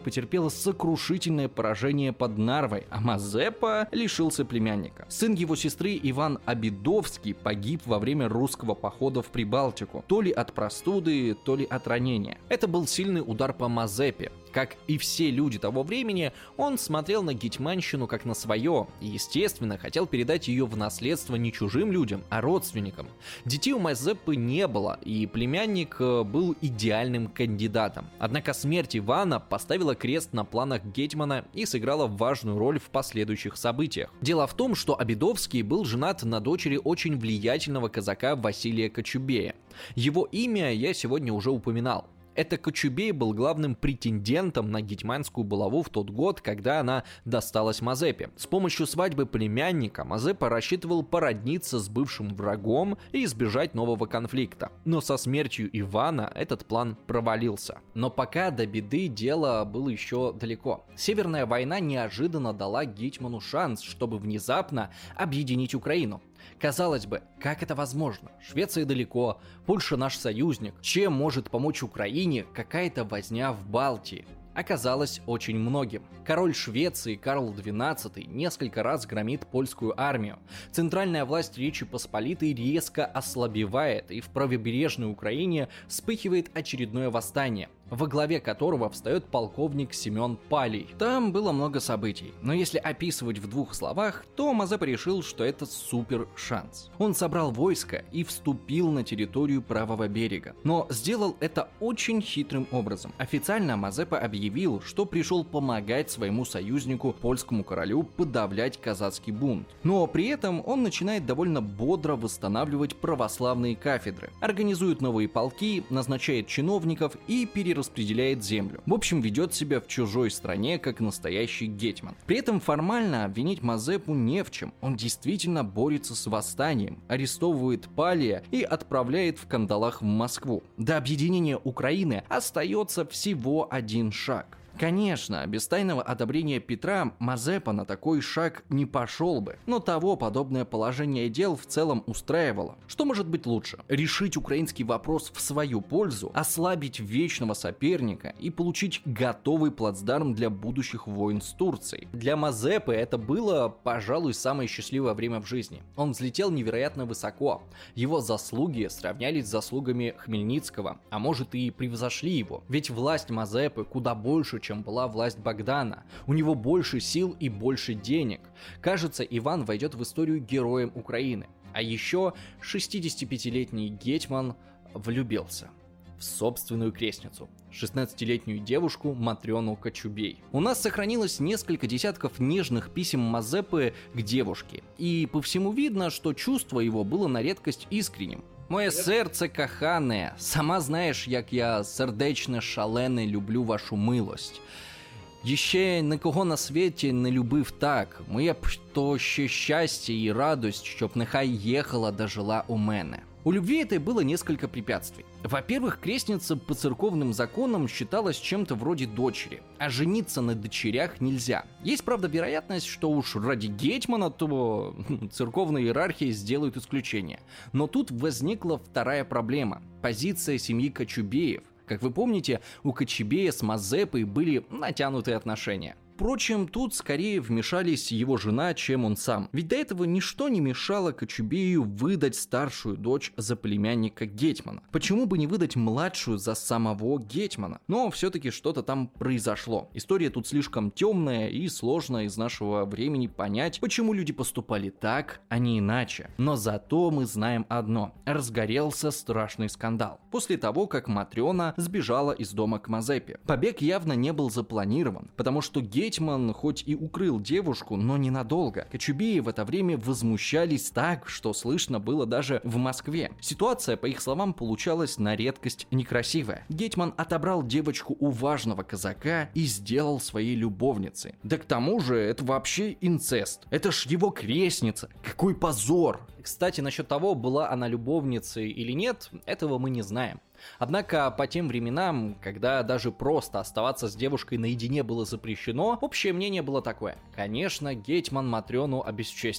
потерпела сокрушительное поражение под Нарвой, а Мазепа лишился племянника. Сын его сестры Иван Обидовский погиб во время русского похода в Прибалтику, то ли от простуды, то ли от ранения. Это был сильный удар по Мазепе. Как и все люди того времени, он смотрел на гетьманщину как на свое и, естественно, хотел передать ее в наследство не чужим людям, а родственникам. Детей у Мазепы не было, и племянник был идеальным кандидатом. Однако смерть Ивана поставила крест на планах гетьмана и сыграла важную роль в последующих событиях. Дело в том, что Обидовский был женат на дочери очень влиятельного казака Василия Кочубея. Его имя я сегодня уже упоминал. Это Кочубей был главным претендентом на гетьманскую булаву в тот год, когда она досталась Мазепе. С помощью свадьбы племянника Мазепа рассчитывал породниться с бывшим врагом и избежать нового конфликта. Но со смертью Ивана этот план провалился. Но пока до беды дело было еще далеко. Северная война неожиданно дала гетьману шанс, чтобы внезапно объединить Украину. Казалось бы, как это возможно? Швеция далеко, Польша наш союзник. Чем может помочь Украине какая-то возня в Балтии? Оказалось очень многим. Король Швеции Карл двенадцатый несколько раз громит польскую армию. Центральная власть Речи Посполитой резко ослабевает, и в правобережной Украине вспыхивает очередное восстание, во главе которого встает полковник Семен Палий. Там было много событий, но если описывать в двух словах, то Мазепа решил, что это супер шанс. Он собрал войско и вступил на территорию правого берега. Но сделал это очень хитрым образом. Официально Мазепа объявил, что пришел помогать своему союзнику, польскому королю, подавлять казацкий бунт. Но при этом он начинает довольно бодро восстанавливать православные кафедры, организует новые полки, назначает чиновников и перераспределяет землю. В общем, ведет себя в чужой стране, как настоящий гетьман. При этом формально обвинить Мазепу не в чем. Он действительно борется с восстанием, арестовывает Палия и отправляет в кандалах в Москву. До объединения Украины остается всего один шаг. Конечно, без тайного одобрения Петра Мазепа на такой шаг не пошел бы, но того подобное положение дел в целом устраивало. Что может быть лучше? Решить украинский вопрос в свою пользу, ослабить вечного соперника и получить готовый плацдарм для будущих войн с Турцией. Для Мазепы это было, пожалуй, самое счастливое время в жизни. Он взлетел невероятно высоко. Его заслуги сравнялись с заслугами Хмельницкого, а может и превзошли его. Ведь власть Мазепы куда больше, чем была власть Богдана. У него больше сил и больше денег. Кажется, Иван войдет в историю героем Украины. А еще шестидесятипятилетний гетьман влюбился в собственную крестницу, шестнадцатилетнюю девушку Матрёну Кочубей. У нас сохранилось несколько десятков нежных писем Мазепы к девушке, и по всему видно, что чувство его было на редкость искренним. «Моє серце кохане, сама знаєш, як я сердечно шалене люблю вашу милость. Ще нікого на світі не любив так, моє б то ще щастя і радость, щоб нехай їхала да жила у мене». У любви этой было несколько препятствий. Во-первых, крестница по церковным законам считалась чем-то вроде дочери, а жениться на дочерях нельзя. Есть, правда, вероятность, что уж ради гетьмана, то церковная иерархия сделает исключение. Но тут возникла вторая проблема – позиция семьи Кочубеев. Как вы помните, у Кочубея с Мазепой были натянутые отношения. Впрочем, тут скорее вмешались его жена, чем он сам. Ведь до этого ничто не мешало Кочубею выдать старшую дочь за племянника гетьмана. Почему бы не выдать младшую за самого гетьмана? Но все-таки что-то там произошло. История тут слишком темная и сложно из нашего времени понять, почему люди поступали так, а не иначе. Но зато мы знаем одно. Разгорелся страшный скандал. После того, как Матрёна сбежала из дома к Мазепе. Побег явно не был запланирован, потому что гетьман Гетьман хоть и укрыл девушку, но ненадолго. Кочубеи в это время возмущались так, что слышно было даже в Москве. Ситуация, по их словам, получалась на редкость некрасивая. Гетьман отобрал девочку у важного казака и сделал своей любовницей. Да к тому же это вообще инцест. Это ж его крестница. Какой позор! Кстати, насчет того, была она любовницей или нет, этого мы не знаем. Однако по тем временам, когда даже просто оставаться с девушкой наедине было запрещено, общее мнение было такое. Конечно, гетьман Матрёну обесчестил.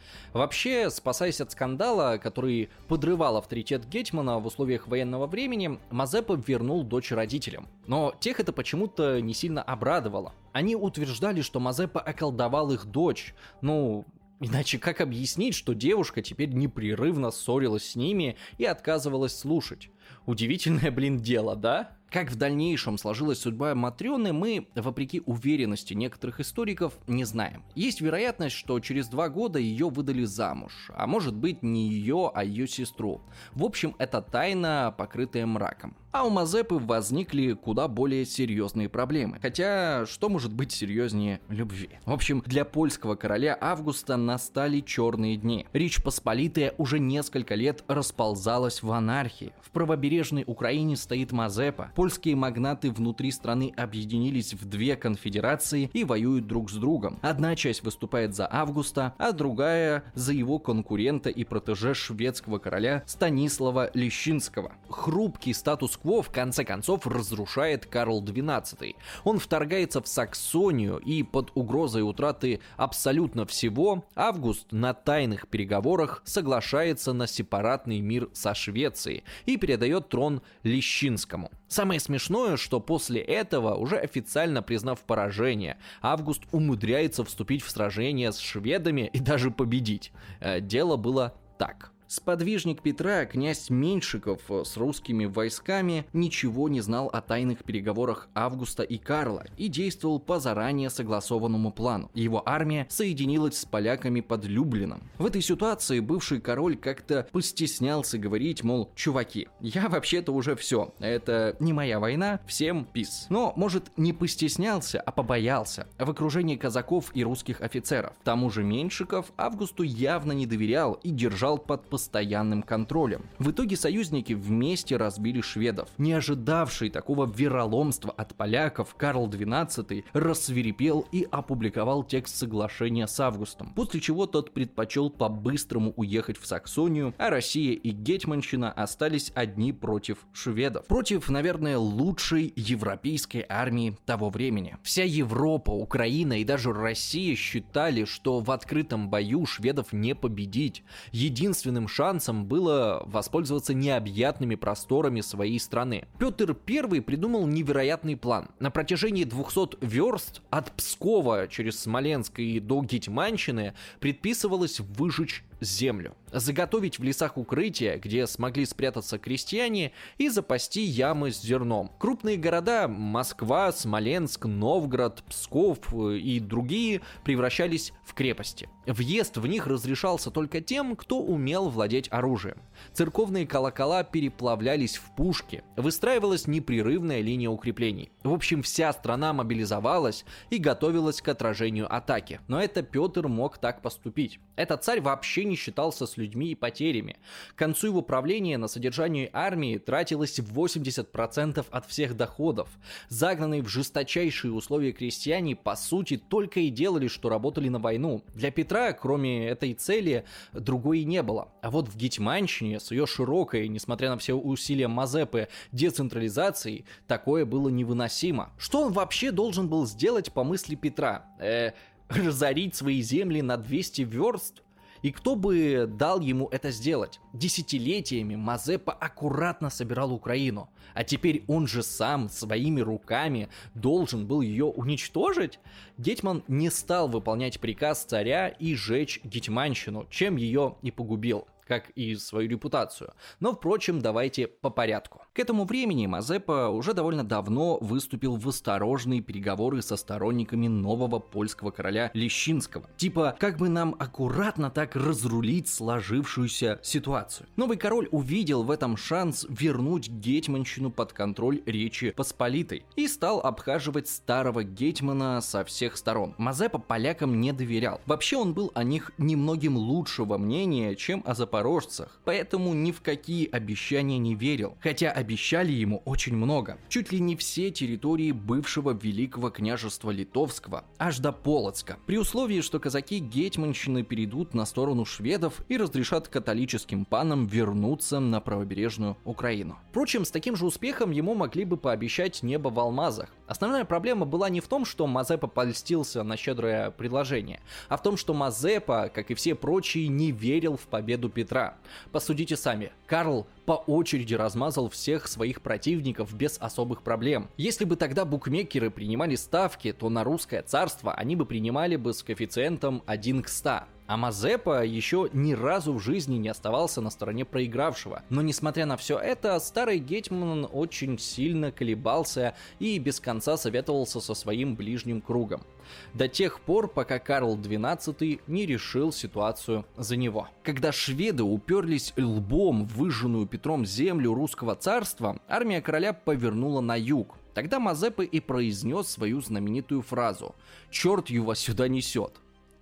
Вообще, спасаясь от скандала, который подрывал авторитет гетьмана в условиях военного времени, Мазепа вернул дочь родителям. Но тех это почему-то не сильно обрадовало. Они утверждали, что Мазепа околдовал их дочь. Ну, иначе как объяснить, что девушка теперь непрерывно ссорилась с ними и отказывалась слушать? Удивительное, блин, дело, да? Как в дальнейшем сложилась судьба Матрёны, мы, вопреки уверенности некоторых историков, не знаем. Есть вероятность, что через два года ее выдали замуж, а может быть не ее, а ее сестру. В общем, это тайна, покрытая мраком. А у Мазепы возникли куда более серьезные проблемы. Хотя, что может быть серьезнее любви? В общем, для польского короля Августа настали черные дни. Речь Посполитая уже несколько лет расползалась в анархии. В правобережной Украине стоит Мазепа. Польские магнаты внутри страны объединились в две конфедерации и воюют друг с другом. Одна часть выступает за Августа, а другая за его конкурента и протеже шведского короля Станислава Лещинского. Хрупкий статус-кво в конце концов разрушает Карл двенадцатый. Он вторгается в Саксонию, и под угрозой утраты абсолютно всего Август на тайных переговорах соглашается на сепаратный мир со Швецией и передает трон Лещинскому. Самое смешное, что после этого, уже официально признав поражение, Август умудряется вступить в сражение с шведами и даже победить. Дело было так. Сподвижник Петра, князь Меньшиков с русскими войсками, ничего не знал о тайных переговорах Августа и Карла и действовал по заранее согласованному плану. Его армия соединилась с поляками под Люблином. В этой ситуации бывший король как-то постеснялся говорить, мол, чуваки, я вообще-то уже все, это не моя война, всем пис. Но, может, не постеснялся, а побоялся. В окружении казаков и русских офицеров. К тому же Меньшиков Августу явно не доверял и держал под постоянным постоянным контролем. В итоге союзники вместе разбили шведов. Не ожидавший такого вероломства от поляков, Карл двенадцатый рассвирепел и опубликовал текст соглашения с Августом, после чего тот предпочел по-быстрому уехать в Саксонию, а Россия и Гетьманщина остались одни против шведов. Против, наверное, лучшей европейской армии того времени. Вся Европа, Украина и даже Россия считали, что в открытом бою шведов не победить. Единственным шансом было воспользоваться необъятными просторами своей страны. Петр Первый придумал невероятный план. На протяжении двухсот верст от Пскова через Смоленск и до Гетьманщины предписывалось выжечь землю, заготовить в лесах укрытия, где смогли спрятаться крестьяне, и запасти ямы с зерном. Крупные города Москва, Смоленск, Новгород, Псков и другие превращались в крепости. Въезд в них разрешался только тем, кто умел владеть оружием. Церковные колокола переплавлялись в пушки, выстраивалась непрерывная линия укреплений. В общем, вся страна мобилизовалась и готовилась к отражению атаки. Но это Петр мог так поступить. Этот царь вообще не считался с людьми и потерями. К концу его правления на содержание армии тратилось восемьдесят процентов от всех доходов. Загнанные в жесточайшие условия крестьяне, по сути, только и делали, что работали на войну. Для Петра, кроме этой цели, другой и не было. А вот в Гетьманщине с ее широкой, несмотря на все усилия Мазепы, децентрализацией, такое было невыносимо. Что он вообще должен был сделать по мысли Петра? Э, разорить свои земли на двести верст? И кто бы дал ему это сделать? Десятилетиями Мазепа аккуратно собирал Украину, а теперь он же сам своими руками должен был ее уничтожить? Гетьман не стал выполнять приказ царя и сжечь Гетьманщину, чем ее и погубил, как и свою репутацию. Но, впрочем, давайте по порядку. К этому времени Мазепа уже довольно давно выступил в осторожные переговоры со сторонниками нового польского короля Лещинского. Типа, как бы нам аккуратно так разрулить сложившуюся ситуацию. Новый король увидел в этом шанс вернуть Гетьманщину под контроль Речи Посполитой и стал обхаживать старого гетьмана со всех сторон. Мазепа полякам не доверял. Вообще он был о них немногим лучшего мнения, чем о Запорожье запорожцах, поэтому ни в какие обещания не верил, хотя обещали ему очень много. Чуть ли не все территории бывшего Великого княжества Литовского, аж до Полоцка, при условии, что казаки гетьманщины перейдут на сторону шведов и разрешат католическим панам вернуться на правобережную Украину. Впрочем, с таким же успехом ему могли бы пообещать небо в алмазах. Основная проблема была не в том, что Мазепа польстился на щедрое предложение, а в том, что Мазепа, как и все прочие, не верил в победу Петра. Посудите сами, Карл по очереди размазал всех своих противников без особых проблем. Если бы тогда букмекеры принимали ставки, то на русское царство они бы принимали бы с коэффициентом один к ста. А Мазепа еще ни разу в жизни не оставался на стороне проигравшего. Но несмотря на все это, старый гетьман очень сильно колебался и без конца советовался со своим ближним кругом. До тех пор, пока Карл двенадцатый не решил ситуацию за него. Когда шведы уперлись лбом в выжженную Петром землю русского царства, армия короля повернула на юг. Тогда Мазепа и произнес свою знаменитую фразу «Черт его сюда несет».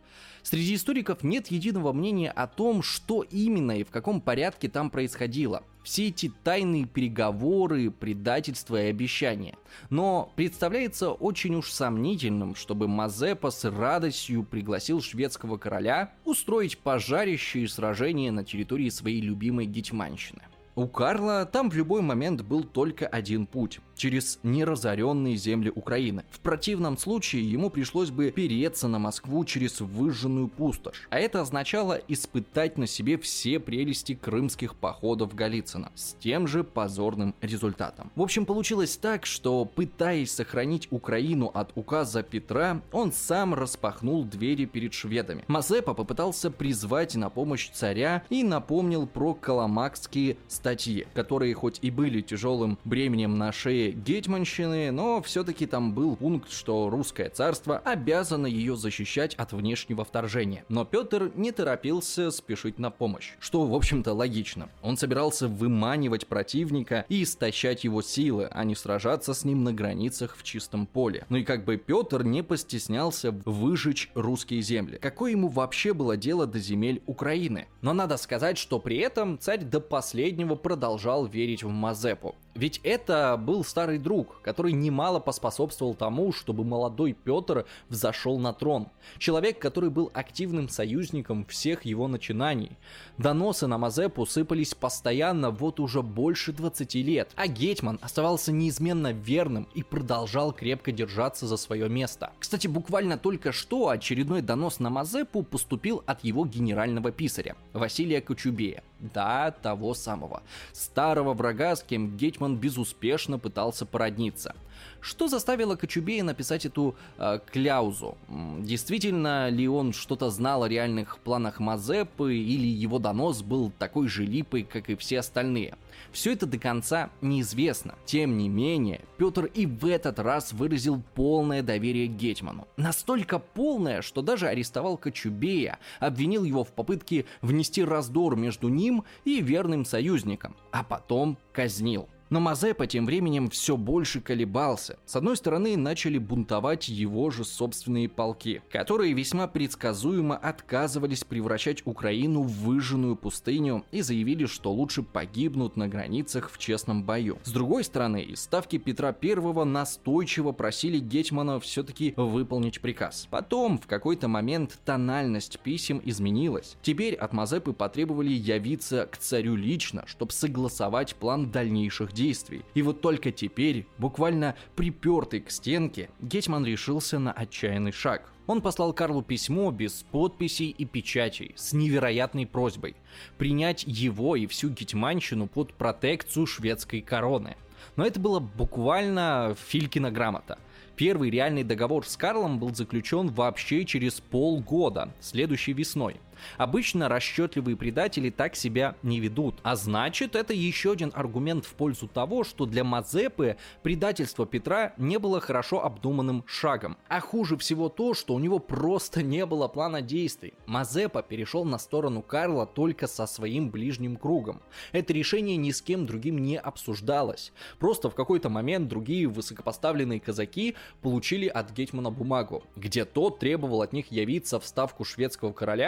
Среди историков нет единого мнения о том, что именно и в каком порядке там происходило. Все эти тайные переговоры, предательства и обещания. Но представляется очень уж сомнительным, чтобы Мазепа с радостью пригласил шведского короля устроить пожарищее сражение на территории своей любимой гетьманщины. У Карла там в любой момент был только один путь – через неразоренные земли Украины. В противном случае ему пришлось бы переться на Москву через выжженную пустошь. А это означало испытать на себе все прелести крымских походов Голицына с тем же позорным результатом. В общем, получилось так, что, пытаясь сохранить Украину от указа Петра, он сам распахнул двери перед шведами. Мазепа попытался призвать на помощь царя и напомнил про каламакские статьи, которые хоть и были тяжелым бременем на шее гетьманщины, но все-таки там был пункт, что русское царство обязано ее защищать от внешнего вторжения. Но Петр не торопился спешить на помощь, что, в общем-то, логично. Он собирался выманивать противника и истощать его силы, а не сражаться с ним на границах в чистом поле. Ну и как бы Петр не постеснялся выжечь русские земли. Какое ему вообще было дело до земель Украины? Но надо сказать, что при этом царь до последнего продолжал верить в Мазепу. Ведь это был старый друг, который немало поспособствовал тому, чтобы молодой Петр взошел на трон. Человек, который был активным союзником всех его начинаний. Доносы на Мазепу сыпались постоянно вот уже больше двадцати лет, а гетьман оставался неизменно верным и продолжал крепко держаться за свое место. Кстати, буквально только что очередной донос на Мазепу поступил от его генерального писаря, Василия Кочубея. Да, того самого. Старого врага, с кем гетьман безуспешно пытался породниться. Что заставило Кочубея написать эту э, кляузу? Действительно ли он что-то знал о реальных планах Мазепы, или его донос был такой же липой, как и все остальные? Все это до конца неизвестно. Тем не менее, Петр и в этот раз выразил полное доверие к гетьману. Настолько полное, что даже арестовал Кочубея, обвинил его в попытке внести раздор между ним и верным союзником, а потом казнил. Но Мазепа тем временем все больше колебался. С одной стороны, начали бунтовать его же собственные полки, которые весьма предсказуемо отказывались превращать Украину в выжженную пустыню и заявили, что лучше погибнут на границах в честном бою. С другой стороны, из ставки Петра Первого настойчиво просили гетьмана все-таки выполнить приказ. Потом, в какой-то момент, тональность писем изменилась. Теперь от Мазепы потребовали явиться к царю лично, чтобы согласовать план дальнейших действий. действий. И вот только теперь, буквально припертый к стенке, гетьман решился на отчаянный шаг. Он послал Карлу письмо без подписей и печатей с невероятной просьбой принять его и всю гетьманщину под протекцию шведской короны. Но это было буквально Филькина грамота. Первый реальный договор с Карлом был заключен вообще через полгода, следующей весной. Обычно расчетливые предатели так себя не ведут, а значит, это еще один аргумент в пользу того, что для Мазепы предательство Петра не было хорошо обдуманным шагом. А хуже всего то, что у него просто не было плана действий. Мазепа перешел на сторону Карла только со своим ближним кругом. Это решение ни с кем другим не обсуждалось. Просто в какой-то момент другие высокопоставленные казаки получили от гетьмана бумагу, где тот требовал от них явиться в ставку шведского короля и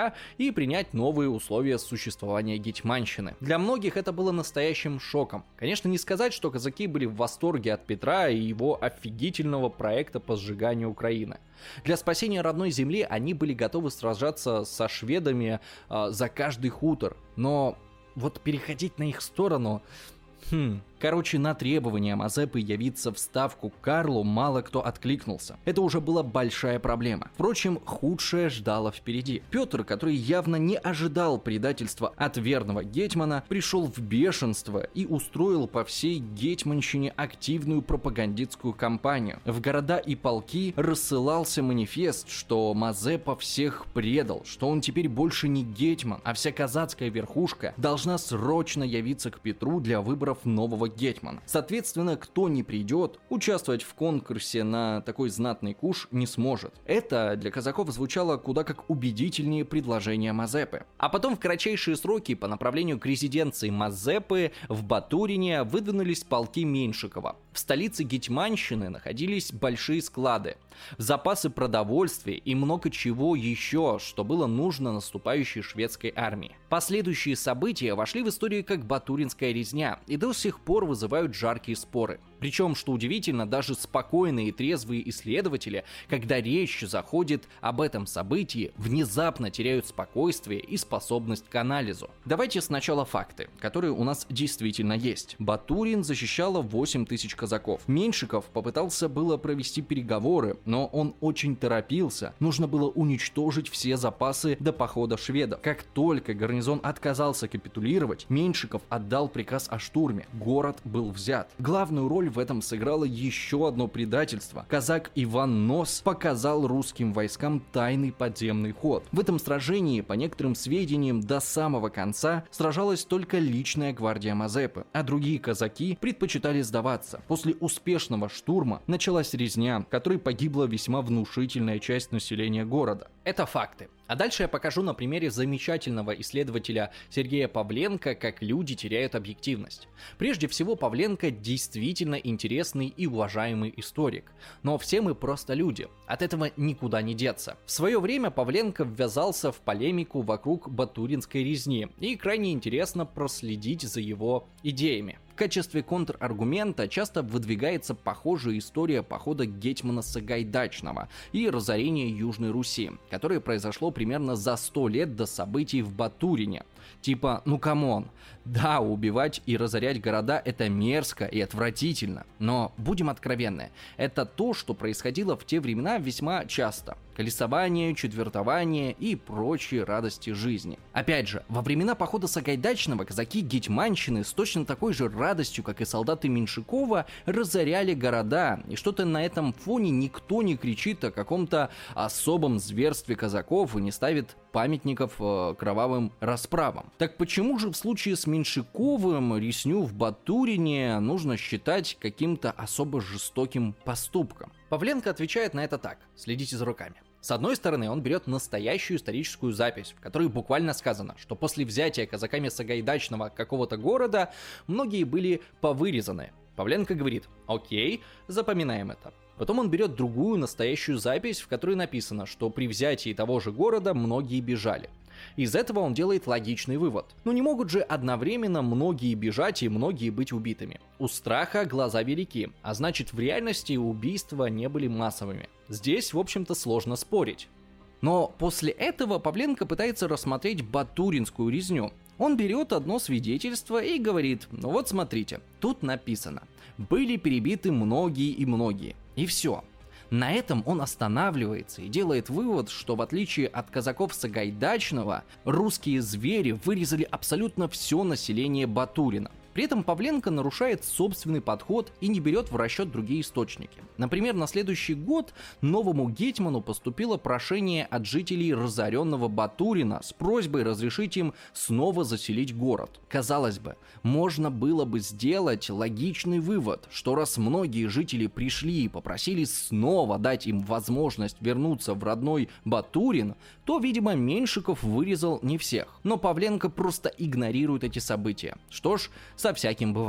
и принять новые условия существования гетьманщины. Для многих это было настоящим шоком. Конечно, не сказать, что казаки были в восторге от Петра и его офигительного проекта по сжиганию Украины. Для спасения родной земли они были готовы сражаться со шведами э, за каждый хутор, но вот переходить на их сторону... Хм... Короче, на требования Мазепы явиться в ставку к Карлу мало кто откликнулся. Это уже была большая проблема. Впрочем, худшее ждало впереди. Петр, который явно не ожидал предательства от верного гетьмана, пришел в бешенство и устроил по всей гетьманщине активную пропагандистскую кампанию. В города и полки рассылался манифест, что Мазепа всех предал, что он теперь больше не гетьман, а вся казацкая верхушка должна срочно явиться к Петру для выборов нового гетьмана. Соответственно, кто не придет, участвовать в конкурсе на такой знатный куш не сможет. Это для казаков звучало куда как убедительнее предложения Мазепы. А потом в кратчайшие сроки по направлению к резиденции Мазепы в Батурине выдвинулись полки Меньшикова. В столице гетьманщины находились большие склады, запасы продовольствия и много чего еще, что было нужно наступающей шведской армии. Последующие события вошли в историю как Батуринская резня и до сих пор вызывают жаркие споры. Причем, что удивительно, даже спокойные и трезвые исследователи, когда речь заходит об этом событии, внезапно теряют спокойствие и способность к анализу. Давайте сначала факты, которые у нас действительно есть. Батурин защищало восемь тысяч казаков. Меньшиков попытался было провести переговоры, но он очень торопился. Нужно было уничтожить все запасы до похода шведов. Как только гарнизон отказался капитулировать, Меньшиков отдал приказ о штурме. Город был взят. Главную роль в этом сыграло еще одно предательство. Казак Иван Нос показал русским войскам тайный подземный ход. В этом сражении, по некоторым сведениям, до самого конца сражалась только личная гвардия Мазепы, а другие казаки предпочитали сдаваться. После успешного штурма началась резня, в которой погибла весьма внушительная часть населения города. Это факты. А дальше я покажу на примере замечательного исследователя Сергея Павленко, как люди теряют объективность. Прежде всего, Павленко действительно интересный и уважаемый историк. Но все мы просто люди. От этого никуда не деться. В свое время Павленко ввязался в полемику вокруг Батуринской резни, и крайне интересно проследить за его идеями. В качестве контраргумента часто выдвигается похожая история похода гетьмана Сагайдачного и разорения Южной Руси, которое произошло примерно за сто лет до событий в Батурине. Типа, ну камон, да, убивать и разорять города — это мерзко и отвратительно, но будем откровенны, это то, что происходило в те времена весьма часто. Колесование, четвертование и прочие радости жизни. Опять же, во времена похода Сагайдачного казаки гетьманщины с точно такой же радостью, как и солдаты Меньшикова, разоряли города, и что-то на этом фоне никто не кричит о каком-то особом зверстве казаков и не ставит памятников э, кровавым расправам. Так почему же в случае с Меньшиковым резню в Батурине нужно считать каким-то особо жестоким поступком? Павленко отвечает на это так: следите за руками. С одной стороны, он берет настоящую историческую запись, в которой буквально сказано, что после взятия казаками Сагайдачного какого-то города многие были повырезаны. Павленко говорит: окей, запоминаем это. Потом он берет другую настоящую запись, в которой написано, что при взятии того же города многие бежали. Из этого он делает логичный вывод. Ну не могут же одновременно многие бежать и многие быть убитыми. У страха глаза велики, а значит в реальности убийства не были массовыми. Здесь, в общем-то, сложно спорить. Но после этого Павленко пытается рассмотреть Батуринскую резню. Он берет одно свидетельство и говорит: ну вот смотрите, тут написано, были перебиты многие и многие. И все. На этом он останавливается и делает вывод, что в отличие от казаков Сагайдачного, русские звери вырезали абсолютно все население Батурина. При этом Павленко нарушает собственный подход и не берет в расчет другие источники. Например, на следующий год новому гетьману поступило прошение от жителей разоренного Батурина с просьбой разрешить им снова заселить город. Казалось бы, можно было бы сделать логичный вывод, что раз многие жители пришли и попросили снова дать им возможность вернуться в родной Батурин, то, видимо, Меньшиков вырезал не всех. Но Павленко просто игнорирует эти события. Что ж, со всяким бывает.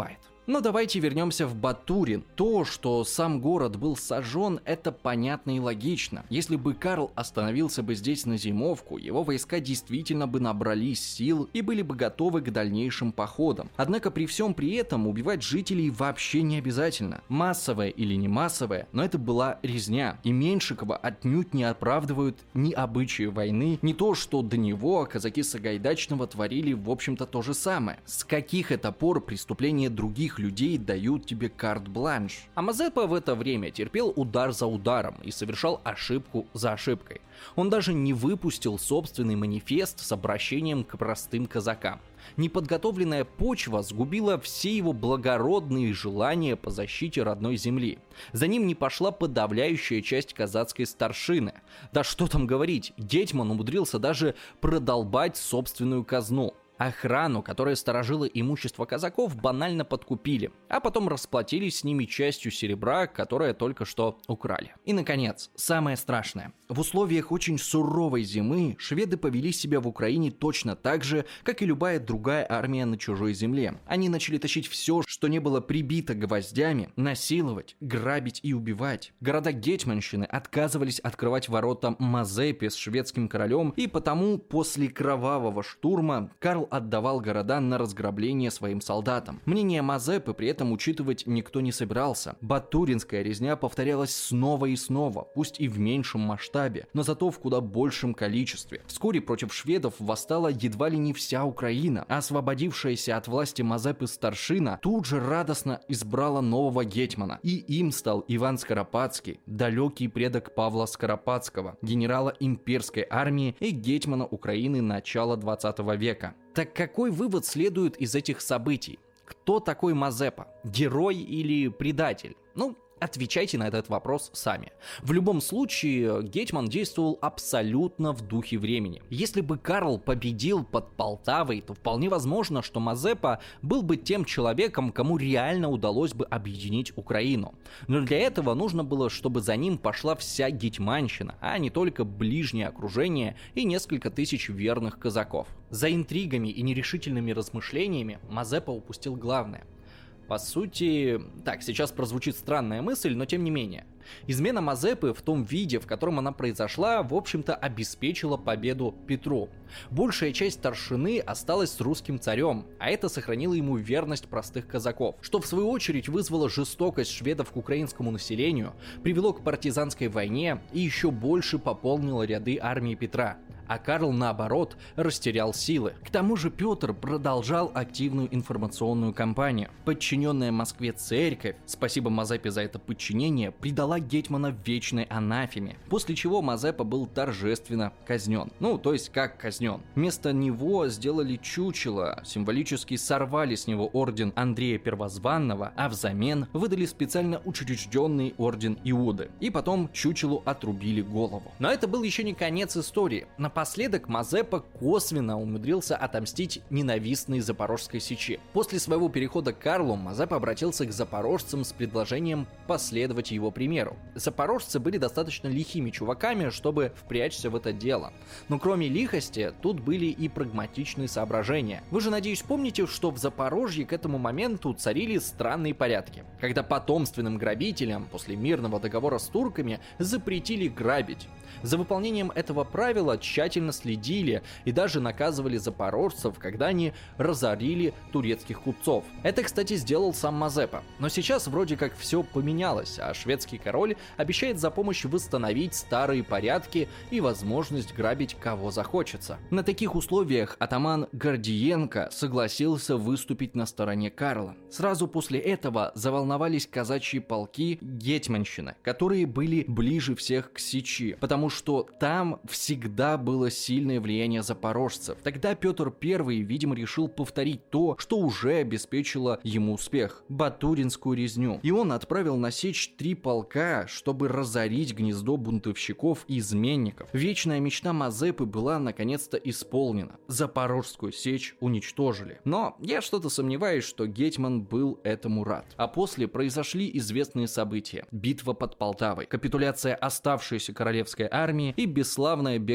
Но давайте вернемся в Батурин. То, что сам город был сожжен, это понятно и логично. Если бы Карл остановился бы здесь на зимовку, его войска действительно бы набрались сил и были бы готовы к дальнейшим походам. Однако при всем при этом убивать жителей вообще не обязательно. Массовая или не массовая, но это была резня. И Меньшикова отнюдь не оправдывают ни обычаи войны, ни то, что до него казаки Сагайдачного творили в общем-то то же самое. С каких это пор преступления других людей дают тебе карт-бланш? А Мазепа в это время терпел удар за ударом и совершал ошибку за ошибкой. Он даже не выпустил собственный манифест с обращением к простым казакам. Неподготовленная почва сгубила все его благородные желания по защите родной земли. За ним не пошла подавляющая часть казацкой старшины. Да что там говорить, Гетьман умудрился даже продолбать собственную казну. Охрану, которая сторожила имущество казаков, банально подкупили, а потом расплатились с ними частью серебра, которое только что украли. И, наконец, самое страшное. В условиях очень суровой зимы шведы повели себя в Украине точно так же, как и любая другая армия на чужой земле. Они начали тащить все, что не было прибито гвоздями, насиловать, грабить и убивать. Города гетьманщины отказывались открывать ворота Мазепе с шведским королем, и потому после кровавого штурма Карл отдавал города на разграбление своим солдатам. Мнение Мазепы при этом учитывать никто не собирался. Батуринская резня повторялась снова и снова, пусть и в меньшем масштабе, но зато в куда большем количестве. Вскоре против шведов восстала едва ли не вся Украина, а освободившаяся от власти Мазепы старшина тут же радостно избрала нового гетьмана, и им стал Иван Скоропадский, далекий предок Павла Скоропадского, генерала имперской армии и гетьмана Украины начала двадцатого века. Так какой вывод следует из этих событий? Кто такой Мазепа? Герой или предатель? Ну, отвечайте на этот вопрос сами. В любом случае, гетьман действовал абсолютно в духе времени. Если бы Карл победил под Полтавой, то вполне возможно, что Мазепа был бы тем человеком, кому реально удалось бы объединить Украину. Но для этого нужно было, чтобы за ним пошла вся гетьманщина, а не только ближнее окружение и несколько тысяч верных казаков. За интригами и нерешительными размышлениями Мазепа упустил главное. По сути, так, сейчас прозвучит странная мысль, но тем не менее. Измена Мазепы в том виде, в котором она произошла, в общем-то обеспечила победу Петру. Большая часть старшины осталась с русским царем, а это сохранило ему верность простых казаков, что в свою очередь вызвало жестокость шведов к украинскому населению, привело к партизанской войне и еще больше пополнило ряды армии Петра. А Карл, наоборот, растерял силы. К тому же Петр продолжал активную информационную кампанию. Подчиненная Москве церковь, спасибо Мазепе за это подчинение, предала гетьмана в вечной анафеме, после чего Мазепа был торжественно казнен. Ну, то есть как казнен. Вместо него сделали чучело, символически сорвали с него орден Андрея Первозванного, а взамен выдали специально учрежденный орден Иуды. И потом чучелу отрубили голову. Но это был еще не конец истории. Напоследок Мазепа косвенно умудрился отомстить ненавистной Запорожской сече. После своего перехода к Карлу Мазепа обратился к запорожцам с предложением последовать его примеру. Запорожцы были достаточно лихими чуваками, чтобы впрячься в это дело. Но кроме лихости, тут были и прагматичные соображения. Вы же, надеюсь, помните, что в Запорожье к этому моменту царили странные порядки, когда потомственным грабителям после мирного договора с турками запретили грабить. За выполнением этого правила тщательно следили и даже наказывали запорожцев, когда они разорили турецких купцов. Это, кстати, сделал сам Мазепа. Но сейчас вроде как все поменялось, а шведский король обещает за помощь восстановить старые порядки и возможность грабить кого захочется. На таких условиях атаман Гордиенко согласился выступить на стороне Карла. Сразу после этого заволновались казачьи полки гетьманщины, которые были ближе всех к сечи, потому что там всегда было сильное влияние запорожцев. Тогда Петр Первый, видимо, решил повторить то, что уже обеспечило ему успех – Батуринскую резню. И он отправил на сечь три полка, чтобы разорить гнездо бунтовщиков и изменников. Вечная мечта Мазепы была наконец-то исполнена. Запорожскую сечь уничтожили. Но я что-то сомневаюсь, что гетьман был этому рад. А после произошли известные события. Битва под Полтавой, капитуляция оставшейся королевской армии и бесславное бегство Мазепы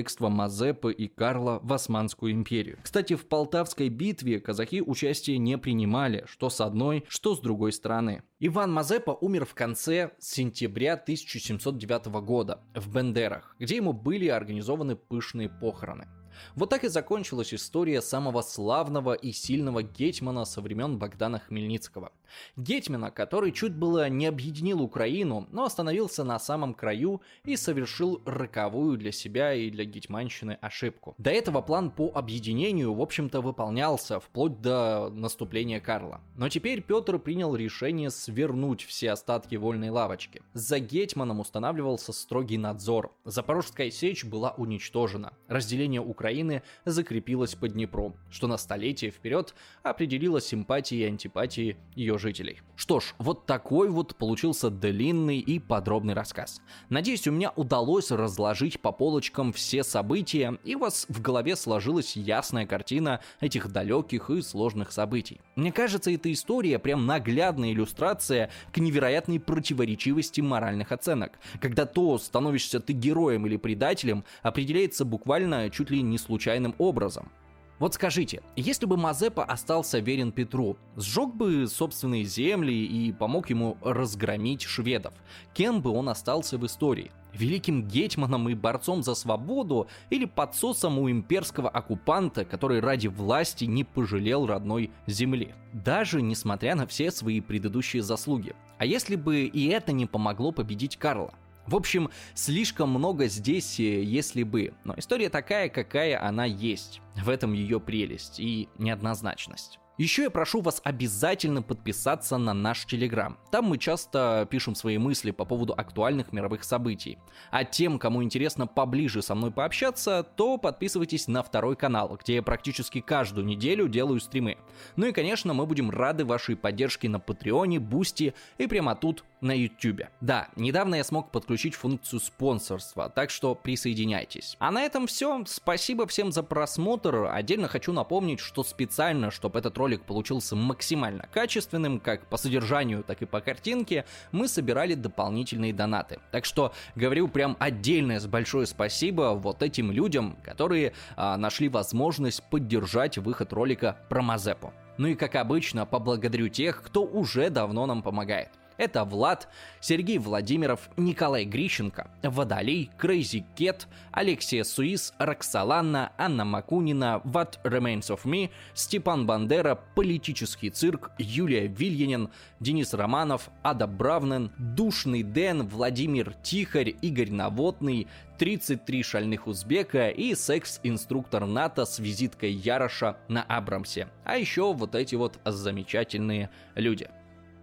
Мазепы и Карла в Османскую империю. Кстати, в Полтавской битве казаки участие не принимали, что с одной, что с другой стороны. Иван Мазепа умер в конце сентября тысяча семьсот девятого года в Бендерах, где ему были организованы пышные похороны. Вот так и закончилась история самого славного и сильного гетьмана со времен Богдана Хмельницкого. Гетьмана, который чуть было не объединил Украину, но остановился на самом краю и совершил роковую для себя и для гетьманщины ошибку. До этого план по объединению, в общем-то, выполнялся, вплоть до наступления Карла. Но теперь Петр принял решение свернуть все остатки вольной лавочки. За гетьманом устанавливался строгий надзор. Запорожская сечь была уничтожена. Разделение Украины закрепилось по Днепру, что на столетие вперед определило симпатии и антипатии ее жителей. Что ж, вот такой вот получился длинный и подробный рассказ. Надеюсь, у меня удалось разложить по полочкам все события, и у вас в голове сложилась ясная картина этих далеких и сложных событий. Мне кажется, эта история прям наглядная иллюстрация к невероятной противоречивости моральных оценок, когда то, становишься ты героем или предателем, определяется буквально чуть ли не случайным образом. Вот скажите, если бы Мазепа остался верен Петру, сжег бы собственные земли и помог ему разгромить шведов, кем бы он остался в истории? Великим гетьманом и борцом за свободу или подсосом у имперского оккупанта, который ради власти не пожалел родной земли, даже несмотря на все свои предыдущие заслуги? А если бы и это не помогло победить Карла? В общем, слишком много здесь «если бы», но история такая, какая она есть. В этом ее прелесть и неоднозначность. Еще я прошу вас обязательно подписаться на наш Телеграм. Там мы часто пишем свои мысли по поводу актуальных мировых событий. А тем, кому интересно поближе со мной пообщаться, то подписывайтесь на второй канал, где я практически каждую неделю делаю стримы. Ну и, конечно, мы будем рады вашей поддержке на Патреоне, Бусти и прямо тут на Ютубе. Да, недавно я смог подключить функцию спонсорства, так что присоединяйтесь. А на этом все. Спасибо всем за просмотр. Отдельно хочу напомнить, что специально, чтобы этот ролик получился максимально качественным, как по содержанию, так и по картинке, мы собирали дополнительные донаты. Так что говорю прям отдельное большое спасибо вот этим людям, которые а, нашли возможность поддержать выход ролика про Мазепу. Ну и как обычно, поблагодарю тех, кто уже давно нам помогает. Это Влад, Сергей Владимиров, Николай Грищенко, Водолей, Crazy Cat, Алексия Суис, Роксолана, Анна Макунина, What Remains of Me, Степан Бандера, Политический цирк, Юлия Вильянин, Денис Романов, Ада Бравнен, Душный Дэн, Владимир Тихарь, Игорь Новотный, тридцать три шальных узбека и секс-инструктор НАТО с визиткой Яроша на Абрамсе. А еще вот эти вот замечательные люди.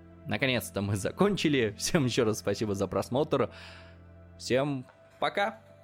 Наконец-то мы закончили. Всем еще раз спасибо за просмотр. Всем пока.